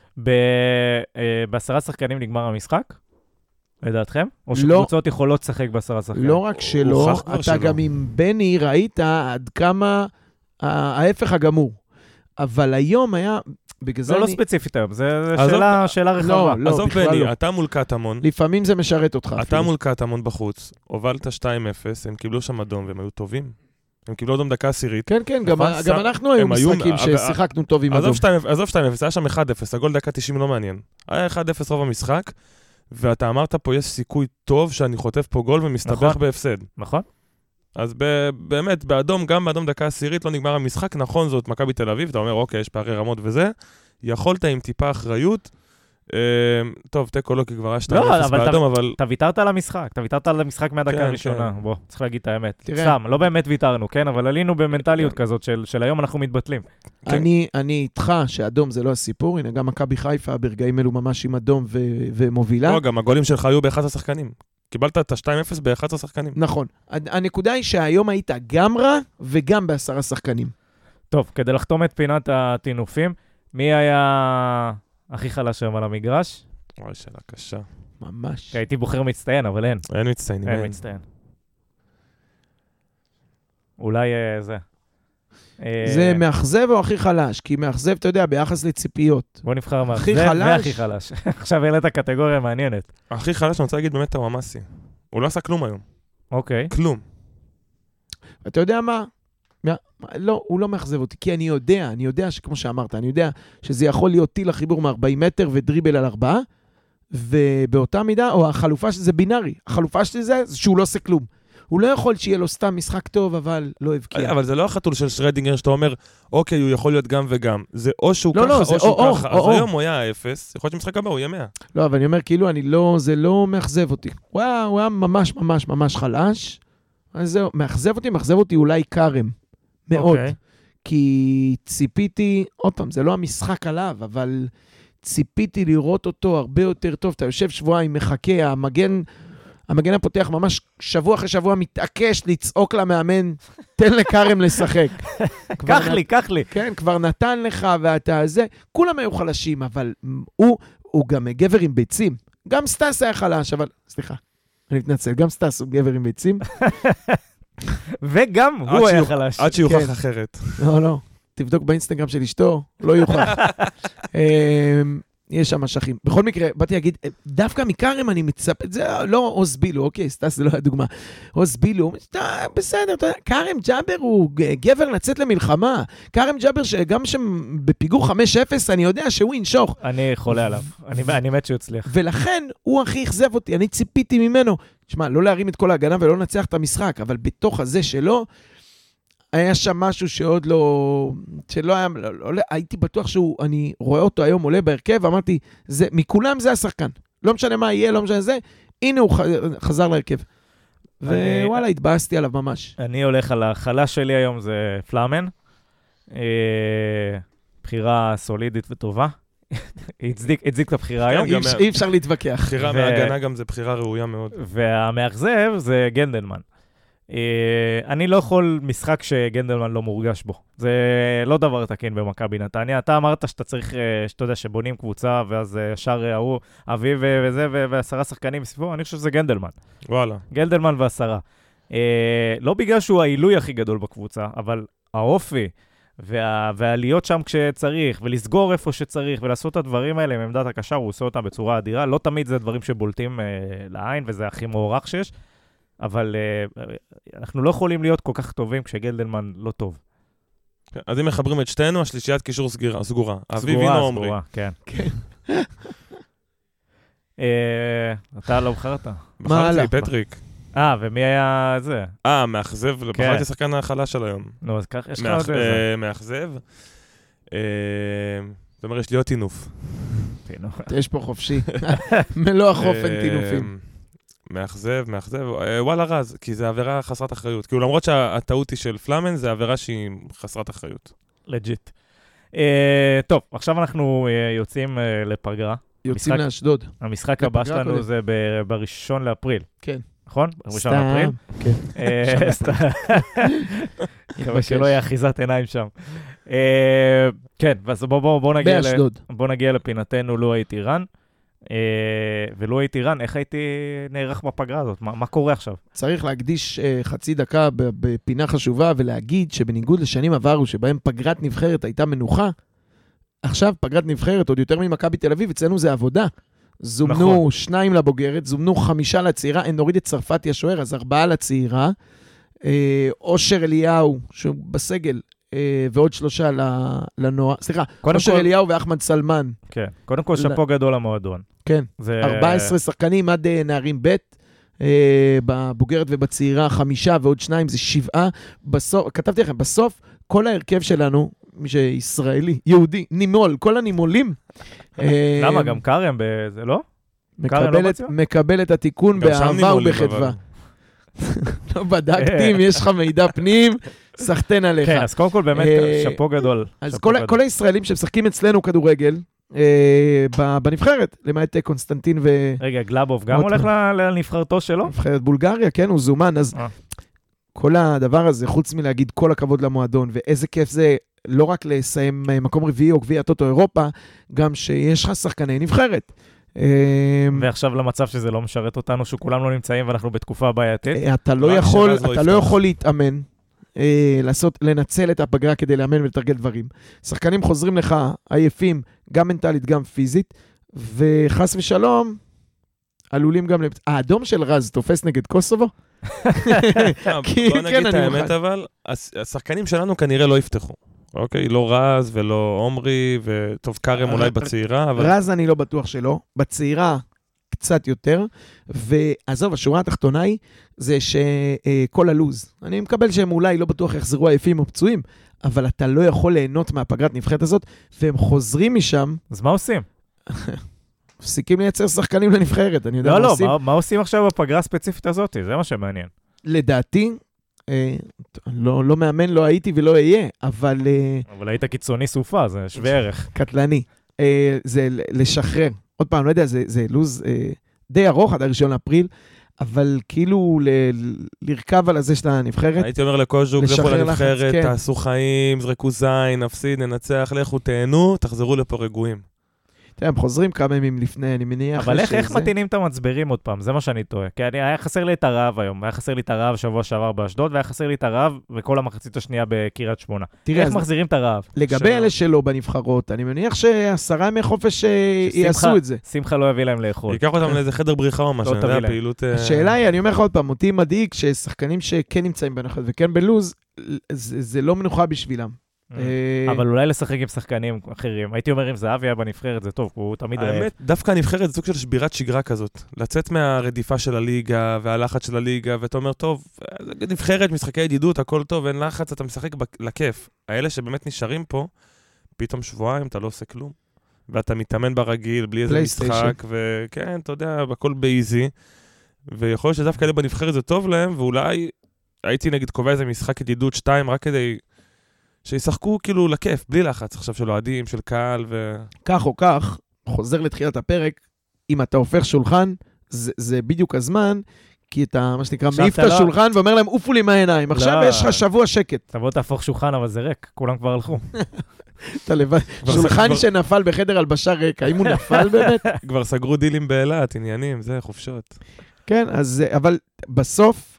Speaker 1: בעשרה שחקנים נגמר המשחק? לדעתכם? או שקבוצות יכולות לשחק בעשרה שחקנים?
Speaker 3: לא רק שלא, אתה גם עם בני ראית עד כמה ההפך הגמור. אבל היום היה...
Speaker 1: לא, לא ספציפית היום, זו שאלה רחבה.
Speaker 2: עזוב בני, אתה מול קטמון.
Speaker 3: לפעמים זה משרת אותך.
Speaker 2: אתה מול קטמון בחוץ, הובלת שתיים אפס, הם קיבלו שם אדום והם היו טובים. הם קיבלו אדום דקה עשירית.
Speaker 3: כן, כן, גם אנחנו היו משחקים ששיחקנו טוב עם אדום.
Speaker 2: עזוב שתיים אפס, היה שם אחד אפס, הגול דקה תשעים לא מעניין. היה אחד אפס רוב המשחק, ואתה אמרת פה, יש סיכוי טוב שאני חוטף פה גול ומסתבך בהפסד.
Speaker 1: נכון.
Speaker 2: אז באמת, באדום, גם באדום דקה עשירית לא נגמר המשחק, נכון, זאת מכבי תל אביב, אתה אומר, אוקיי, יש פערי רמות וזה, יכולת עם טיפה אחריות, טוב, תיקו לא, כי כבר היה שתיים אפס באדום, אבל...
Speaker 1: אתה ויתרת על המשחק, אתה ויתרת על המשחק מהדקה הראשונה, בוא, צריך להגיד את האמת. סתם, לא באמת ויתרנו, כן? אבל עלינו במנטליות כזאת של היום אנחנו מתבטלים.
Speaker 3: אני איתך שאדום זה לא הסיפור, הנה גם מכבי חיפה ברגעים אלו ממש עם אדום ומובילה.
Speaker 2: לא, גם הגולים שלך היו באחד השחקנים. קיבלת את ה-שתיים אפס באחד השחקנים.
Speaker 3: נכון. הנקודה היא שהיום היית גם רע וגם בעשרה שחקנים.
Speaker 1: טוב, כדי לחתום את פינת הטינופים, מי היה הכי חלש היום על המגרש?
Speaker 2: וואי, שאלה קשה.
Speaker 3: ממש.
Speaker 1: כי הייתי בוחר מצטיין, אבל אין.
Speaker 2: אין מצטיינים.
Speaker 1: אין מצטיין. אולי זה.
Speaker 3: זה מאכזב או הכי חלש? כי מאכזב, אתה יודע, ביחס לציפיות.
Speaker 1: בוא נבחר מאכזב והכי חלש. עכשיו העלית קטגוריה מעניינת.
Speaker 2: הכי חלש, אני רוצה להגיד באמת הוואמאסי. הוא לא עשה כלום היום.
Speaker 1: אוקיי.
Speaker 2: כלום.
Speaker 3: אתה יודע מה? לא, הוא לא מאכזב אותי, כי אני יודע, אני יודע שכמו שאמרת, אני יודע שזה יכול להיות טיל החיבור מ-ארבעים מטר ודריבל על ארבעה, ובאותה מידה, או החלופה שזה בינארי, החלופה שלי זה שהוא לא עושה כלום. הוא לא יכול שיהיה לו סתם משחק טוב, אבל לא הבקיע.
Speaker 2: אבל זה לא החתול של שרדינגר שאתה אומר, אוקיי, הוא יכול להיות גם וגם. זה או שהוא ככה או שהוא ככה. אז היום הוא היה אפס, יכול להיות שמשחק הבא הוא יהיה מאה.
Speaker 3: לא, אבל אני אומר, כאילו, אני לא, זה לא מאכזב אותי. הוא היה ממש ממש ממש חלש. אז זהו, מאכזב אותי, מאכזב אותי אולי קרם. מאוד. כי ציפיתי, עוד פעם, זה לא המשחק עליו, אבל ציפיתי לראות אותו הרבה יותר טוב. אתה יושב שבועיים, מחכה, המגן... המגן הפותח ממש שבוע אחרי שבוע מתעקש לצעוק למאמן, תן לקרם לשחק.
Speaker 1: קח לי, קח לי.
Speaker 3: כן, כבר נתן לך ואתה זה. כולם היו חלשים, אבל הוא, הוא גם גבר עם ביצים. גם סטאס היה חלש, אבל, סליחה, אני מתנצל, גם סטאס הוא גבר עם ביצים.
Speaker 1: וגם הוא היה חלש.
Speaker 2: עד שיוכח אחרת.
Speaker 3: לא, לא. תבדוק באינסטגרם של אשתו, לא יוכח. יש שם משכים. בכל מקרה, באתי להגיד, דווקא מקרם אני מצפה, זה לא עוז בילו, אוקיי, סטס, זה לא הדוגמה. עוז בילו, בסדר, אתה יודע, קרם ג'אבר הוא גבר לצאת למלחמה. קרם ג'אבר שגם שם בפיגור חמש אפס, אני יודע שהוא ינשוך.
Speaker 1: אני חולה עליו, אני מת שהוא הצליח.
Speaker 3: ולכן הוא הכי אכזב אותי, אני ציפיתי ממנו. תשמע, לא להרים את כל ההגנה ולא לנצח את המשחק, אבל בתוך הזה שלו, היה שם משהו שעוד לא, שלא היה, לא, לא, הייתי בטוח שהוא, אני רואה אותו היום עולה בהרכב, אמרתי, זה, מכולם זה השחקן. לא משנה מה יהיה, לא משנה זה, הנה הוא חזר להרכב. ווואלה, התבאסתי עליו ממש.
Speaker 1: אני הולך על החלש שלי היום, זה פלאמן. בחירה סולידית וטובה. הצדיק את הבחירה היום.
Speaker 3: אי אפשר להתווכח.
Speaker 2: בחירה מההגנה גם זה בחירה ראויה מאוד.
Speaker 1: והמאכזב זה גנדלמן. אני לא יכול משחק שגנדלמן לא מורגש בו. זה לא דבר תקין במכבי נתניה. אתה אמרת שאתה צריך, שאתה יודע, שבונים קבוצה, ואז ישר ההוא, אביב וזה, ועשרה שחקנים מסביבו, אני חושב שזה גנדלמן.
Speaker 2: וואלה.
Speaker 1: גנדלמן ועשרה. לא בגלל שהוא העילוי הכי גדול בקבוצה, אבל האופי והעליות שם כשצריך, ולסגור איפה שצריך, ולעשות את הדברים האלה עם עמדת הקשר, הוא עושה אותם בצורה אדירה. לא תמיד זה דברים שבולטים לעין, וזה הכי מעורך שיש. אבל uh, אנחנו לא יכולים להיות כל כך טובים כשגלדלמן לא טוב.
Speaker 2: אז אם מחברים את שתינו, השלישיית קישור סגורה. סגורה,
Speaker 1: סגורה, סגורה, כן. אתה לא בחרת?
Speaker 2: בחרתי, פטריק.
Speaker 1: אה, ומי היה זה?
Speaker 2: אה, מאכזב, בחרתי שחקן החלש של היום.
Speaker 1: נו, אז כך, יש לך עוד איזה.
Speaker 2: מאכזב. זאת אומרת, יש לי עוד טינוף.
Speaker 3: יש פה חופשי. מלוא החופן טינופים.
Speaker 2: מאכזב, מאכזב, וואלה רז, כי זה עבירה חסרת אחריות. כאילו למרות שהטעות היא של פלאמן, זה עבירה שהיא חסרת אחריות.
Speaker 1: לג'יט. טוב, עכשיו אנחנו יוצאים לפגרה.
Speaker 3: יוצאים
Speaker 1: המשחק-
Speaker 3: לאשדוד.
Speaker 1: המשחק הבא
Speaker 3: בפגרה
Speaker 1: שלנו
Speaker 3: קודם.
Speaker 1: זה ב- בראשון לאפריל,
Speaker 3: כן.
Speaker 1: נכון? בראשון לאפריל?
Speaker 3: כן.
Speaker 1: אה, סתם. מקווה שלא יהיה אחיזת עיניים שם. אה, כן, אז בוא- בוא בוא נגיע ל-
Speaker 3: באשדוד.
Speaker 1: בוא נגיע לפינתנו, לו הייתי רן. אה, ולו הייתי רן, איך הייתי נערך בפגרה הזאת? מה מה קורה עכשיו?
Speaker 3: צריך להקדיש אה, חצי דקה ב- בפינה חשובה ולהגיד שבניגוד לשנים עברו, שבהם פגרת נבחרת הייתה מנוחה, עכשיו פגרת נבחרת, עוד יותר ממכבי תל אביב, אצלנו זה עבודה. זומנו
Speaker 1: נכון.
Speaker 3: שניים לבוגרת, זומנו חמישה לצעירה, אין, נוריד את צרפתי השוער, אז ארבעה לצעירה. אה, אושר אליהו, שהוא בסגל, אה, ועוד שלושה ל- לנוער. סליחה,
Speaker 1: קודם
Speaker 3: אושר
Speaker 1: כל-
Speaker 3: אליהו ואחמד סלמן.
Speaker 1: כן, קודם כל שאפו גדול למועדון.
Speaker 3: כן,
Speaker 1: זה-
Speaker 3: ארבעה עשר שחקנים עד אה, נערים ב', אה, בבוגרת ובצעירה, חמישה ועוד שניים, זה שבעה. בסוף, כתבתי לכם, בסוף כל ההרכב שלנו, מי שישראלי, יהודי, נימול, כל הנימולים. אה,
Speaker 1: למה? גם קרם בזה, לא? קרן לא
Speaker 3: מקבל את-
Speaker 1: בציון?
Speaker 3: מקבל את התיקון
Speaker 2: גם שם
Speaker 3: באהבה
Speaker 2: נימולים,
Speaker 3: ובחדווה.
Speaker 2: אבל-
Speaker 3: לא בדקתי, אם יש לך מידע פנים, סחטן עליך.
Speaker 1: כן, אז קודם כל באמת
Speaker 3: אה,
Speaker 1: שאפו גדול.
Speaker 3: אז
Speaker 1: שאפו
Speaker 3: כל,
Speaker 1: גדול.
Speaker 3: כל הישראלים שמשחקים אצלנו כדורגל, אה, ב- בנבחרת, למעט אה, קונסטנטין
Speaker 1: רגע, גלאבוב גם
Speaker 3: רוטמן.
Speaker 1: הולך ל- לנבחרתו שלו?
Speaker 3: ונבחרת בולגריה, כן, הוא זומן, אז
Speaker 1: אה.
Speaker 3: כל הדבר הזה, חוץ מלהגיד כל הכבוד למועדון, ואיזה כיף זה לא רק לסיים אה, מקום רביעי או גביע הטוטו אירופה, גם שיש לך שחקני נבחרת. אה,
Speaker 1: ועכשיו למצב שזה לא משרת אותנו, שכולם לא נמצאים ואנחנו בתקופה בעייתית.
Speaker 3: אה, אתה לא
Speaker 2: רק
Speaker 3: יכול,
Speaker 2: שרז לא
Speaker 3: אתה לא
Speaker 2: יפתח.
Speaker 3: יכול להתאמן, אה, לעשות, לנצל את הפגרה כדי לאמן ולתרגל דברים. שחקנים חוזרים לך עייפים, גם מנטלית, גם פיזית, וחס ושלום, עלולים גם... לפ- האדום של רז תופס נגד קוסובו? כי-
Speaker 2: בוא
Speaker 3: כן,
Speaker 2: נגיד את
Speaker 3: אני
Speaker 2: האמת,
Speaker 3: מוכן.
Speaker 2: אבל הש- השחקנים שלנו כנראה לא יפתחו. אוקיי, לא רז ולא עומרי, וטוב, קרם אולי בצעירה, אבל...
Speaker 3: רז אני לא בטוח שלא, בצעירה קצת יותר, ועזוב, השורה התחתונה היא, זה שכל הלוז, אני מקבל שהם אולי לא בטוח יחזרו עייפים או פצועים, אבל אתה לא יכול ליהנות מהפגרת נבחרת הזאת, והם חוזרים משם,
Speaker 1: אז מה עושים?
Speaker 3: מפסיקים לייצר שחקנים לנבחרת, אני יודע
Speaker 1: לא,
Speaker 3: מה
Speaker 1: לא,
Speaker 3: עושים.
Speaker 1: מה- מה עושים עכשיו בפגרה הספציפית הזאת? זה מה שמעניין.
Speaker 3: לדעתי, אה, לא, לא מאמן, לא הייתי ולא אהיה, אבל אה,
Speaker 1: אבל היית קיצוני סופה, זה שווה ערך.
Speaker 3: קטלני. אה, זה ל- לשחרר. עוד פעם, לא יודע, זה, זה לוז אה, די ארוך עד הראשון לאפריל, אבל כאילו ל- ל- לרכב על הזה של הנבחרת.
Speaker 2: הייתי אומר לקוז'וק, לכו
Speaker 3: לשחרר לחץ,
Speaker 2: לנבחרת,
Speaker 3: כן.
Speaker 2: תעשו חיים, זרקו זין, נפסיד, ננצח, לכו תהנו, תחזרו לפה רגועים.
Speaker 3: תראה, הם חוזרים כמה ימים לפני, אני מניח.
Speaker 1: אבל איך, איך
Speaker 3: שזה-
Speaker 1: מתאינים את המצברים עוד פעם? זה מה שאני טועה. כי אני, היה חסר לי את הרעב היום, היה חסר לי את הרעב שבוע שעבר באשדוד, והיה חסר לי את הרעב וכל המחצית השנייה בקריית שמונה.
Speaker 3: תראה,
Speaker 1: איך
Speaker 3: אז
Speaker 1: מחזירים את הרעב?
Speaker 3: לגבי
Speaker 2: שלא.
Speaker 3: אלה שלא בנבחרות, אני מניח שעשרה ימי חופש אה,
Speaker 1: ששמחה-
Speaker 3: יעשו את זה.
Speaker 1: שמחה לא יביא להם לאכול.
Speaker 2: ייקח אותם לאיזה חדר בריחה או משהו,
Speaker 1: לא
Speaker 2: אני
Speaker 1: תביא
Speaker 2: יודע,
Speaker 1: להם.
Speaker 2: פעילות... אה,
Speaker 3: השאלה היא, אני אומר לך עוד פעם, אותי מדאיג ששחקנים שכן נמצאים בנבחרת וכן בלוז, זה, זה לא מנוחה בשבילם. אה,
Speaker 1: אבל אולי לשחק עם שחקנים אחרים. הייתי אומר, אם זהבי היה בנבחרת, זה טוב, הוא תמיד רעב.
Speaker 2: האמת, דווקא הנבחרת זה סוג של שבירת שגרה כזאת. לצאת מהרדיפה של הליגה והלחץ של הליגה, ואתה אומר, טוב, זה נבחרת, משחקי ידידות, הכל טוב, אין לחץ, אתה משחק בכ- לכיף. האלה שבאמת נשארים פה, פתאום שבועיים, אתה לא עושה כלום. ואתה מתאמן ברגיל, בלי איזה
Speaker 3: פלייסטיישן.
Speaker 2: משחק, וכן, אתה יודע, הכל באיזי. ויכול להיות שדווקא אלה בנבחרת זה טוב להם, ואולי הייתי נגיד קובע איזה משחק ידידות שתיים, רק כדי שישחקו כאילו לכיף, בלי לחץ עכשיו של אוהדים, של קהל ו...
Speaker 3: כך או כך, חוזר לתחילת הפרק, אם אתה הופך שולחן, זה, זה בדיוק הזמן, כי אתה, מה שנקרא,
Speaker 1: עכשיו
Speaker 3: מעיף
Speaker 1: אתה
Speaker 3: את
Speaker 1: לא-
Speaker 3: השולחן ואומר להם, עופו לי מהעיניים. עכשיו
Speaker 1: לא.
Speaker 3: יש לך שבוע שקט.
Speaker 1: תבוא תהפוך שולחן, אבל זה ריק, כולם כבר הלכו.
Speaker 3: אתה לבד.
Speaker 2: כבר-
Speaker 3: שולחן
Speaker 2: כבר-
Speaker 3: שנפל בחדר הלבשה ריק, האם הוא נפל באמת?
Speaker 2: כבר סגרו דילים באילת, עניינים, זה, חופשות.
Speaker 3: כן, אז, אבל בסוף,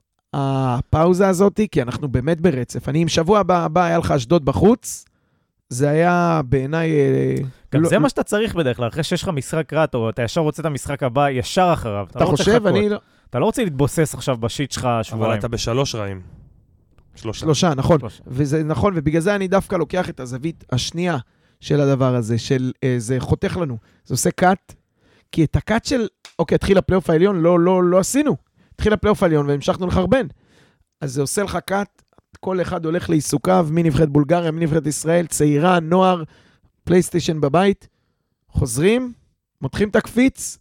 Speaker 3: הפאוזה הזאת, כי אנחנו באמת ברצף. אני, אם שבוע הבא, הבא היה לך אשדוד בחוץ, זה היה בעיניי... אה,
Speaker 1: גם
Speaker 3: לא-
Speaker 1: זה מה שאתה צריך בדרך כלל, אחרי שיש לך משחק רט, או אתה ישר רוצה את המשחק הבא ישר אחריו.
Speaker 3: אתה
Speaker 1: לא רוצה
Speaker 3: חושב?
Speaker 1: לחכות.
Speaker 3: אני לא...
Speaker 1: אתה לא רוצה להתבוסס עכשיו בשיט שלך
Speaker 2: אבל
Speaker 1: שבועיים.
Speaker 2: אתה בשלוש רעים. שלושה.
Speaker 3: שלושה, נכון.
Speaker 1: שלושה.
Speaker 3: וזה נכון, ובגלל זה אני דווקא לוקח את הזווית השנייה של הדבר הזה, של אה, זה חותך לנו. זה עושה קאט, כי את הקאט של, אוקיי, התחיל הפלייאוף העליון, לא, לא, לא עשינו. התחיל הפלייאוף העליון והמשכנו לחרבן. אז זה עושה לך קאט, כל אחד הולך לעיסוקיו, מנבחרת בולגריה, מנבחרת ישראל, צעירה, נוער, פלייסטיישן בבית, חוזרים, מותחים את הקפיץ,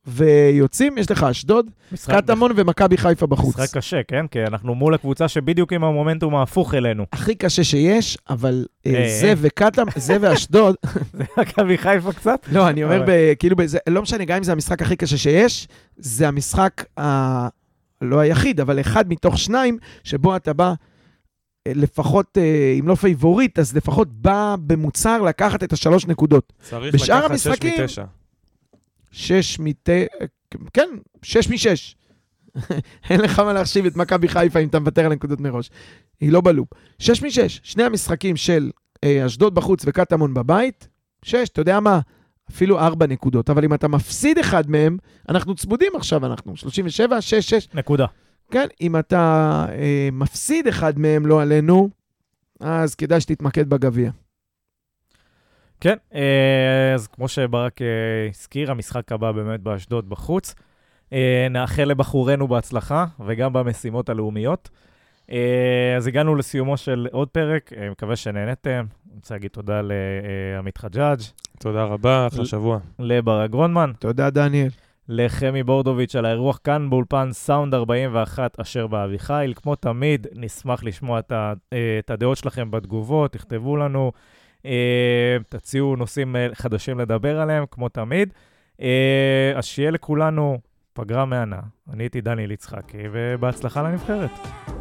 Speaker 3: ויוצאים, יש לך אשדוד, קטמון ומכבי חיפה בחוץ.
Speaker 1: משחק קשה, כן? כי אנחנו מול הקבוצה שבדיוק עם המומנטום ההפוך אלינו.
Speaker 3: הכי קשה שיש, אבל זה וקטמון, זה ואשדוד...
Speaker 1: זה מכבי חיפה קצת?
Speaker 3: לא, אני אומר, כאילו, לא משנה, גם אם זה המשחק הכי קשה שיש, זה המשחק, לא היחיד, אבל אחד מתוך שניים, שבו אתה בא, לפחות, אם לא פייבוריט, אז לפחות בא במוצר לקחת את השלוש נקודות.
Speaker 2: צריך לקחת שש מתשע.
Speaker 3: שש מתשע, כן, שש משש. אין לך מה להחשיב את מכבי חיפה אם אתה מוותר על נקודות מראש. היא לא בלופ. שש משש, שני המשחקים של אשדוד בחוץ וקטמון בבית, שש, אתה יודע מה? אפילו ארבע נקודות, אבל אם אתה מפסיד אחד מהם, אנחנו צמודים עכשיו, אנחנו שלושים ושבע, שש, שש.
Speaker 1: נקודה.
Speaker 3: כן, אם אתה אה, מפסיד אחד מהם לא עלינו, אז כדאי שתתמקד בגביע.
Speaker 1: כן, אז כמו שברק הזכיר, המשחק הבא באמת באשדוד בחוץ. נאחל לבחורנו בהצלחה, וגם במשימות הלאומיות. אז הגענו לסיומו של עוד פרק, מקווה שנהנתם. אני רוצה להגיד תודה לעמית חג'אג'.
Speaker 2: תודה רבה, אחלה שבוע.
Speaker 1: לברק גרונמן.
Speaker 3: תודה דניאל.
Speaker 1: לחמי בורדוביץ' על האירוח כאן באולפן סאונד ארבעים ואחת אשר באביחיל. כמו תמיד, נשמח לשמוע את הדעות שלכם בתגובות, תכתבו לנו. Uh, תציעו נושאים חדשים לדבר עליהם, כמו תמיד. Uh, אז שיהיה לכולנו פגרה מהנה. אני הייתי דניאל יצחקי, ובהצלחה לנבחרת.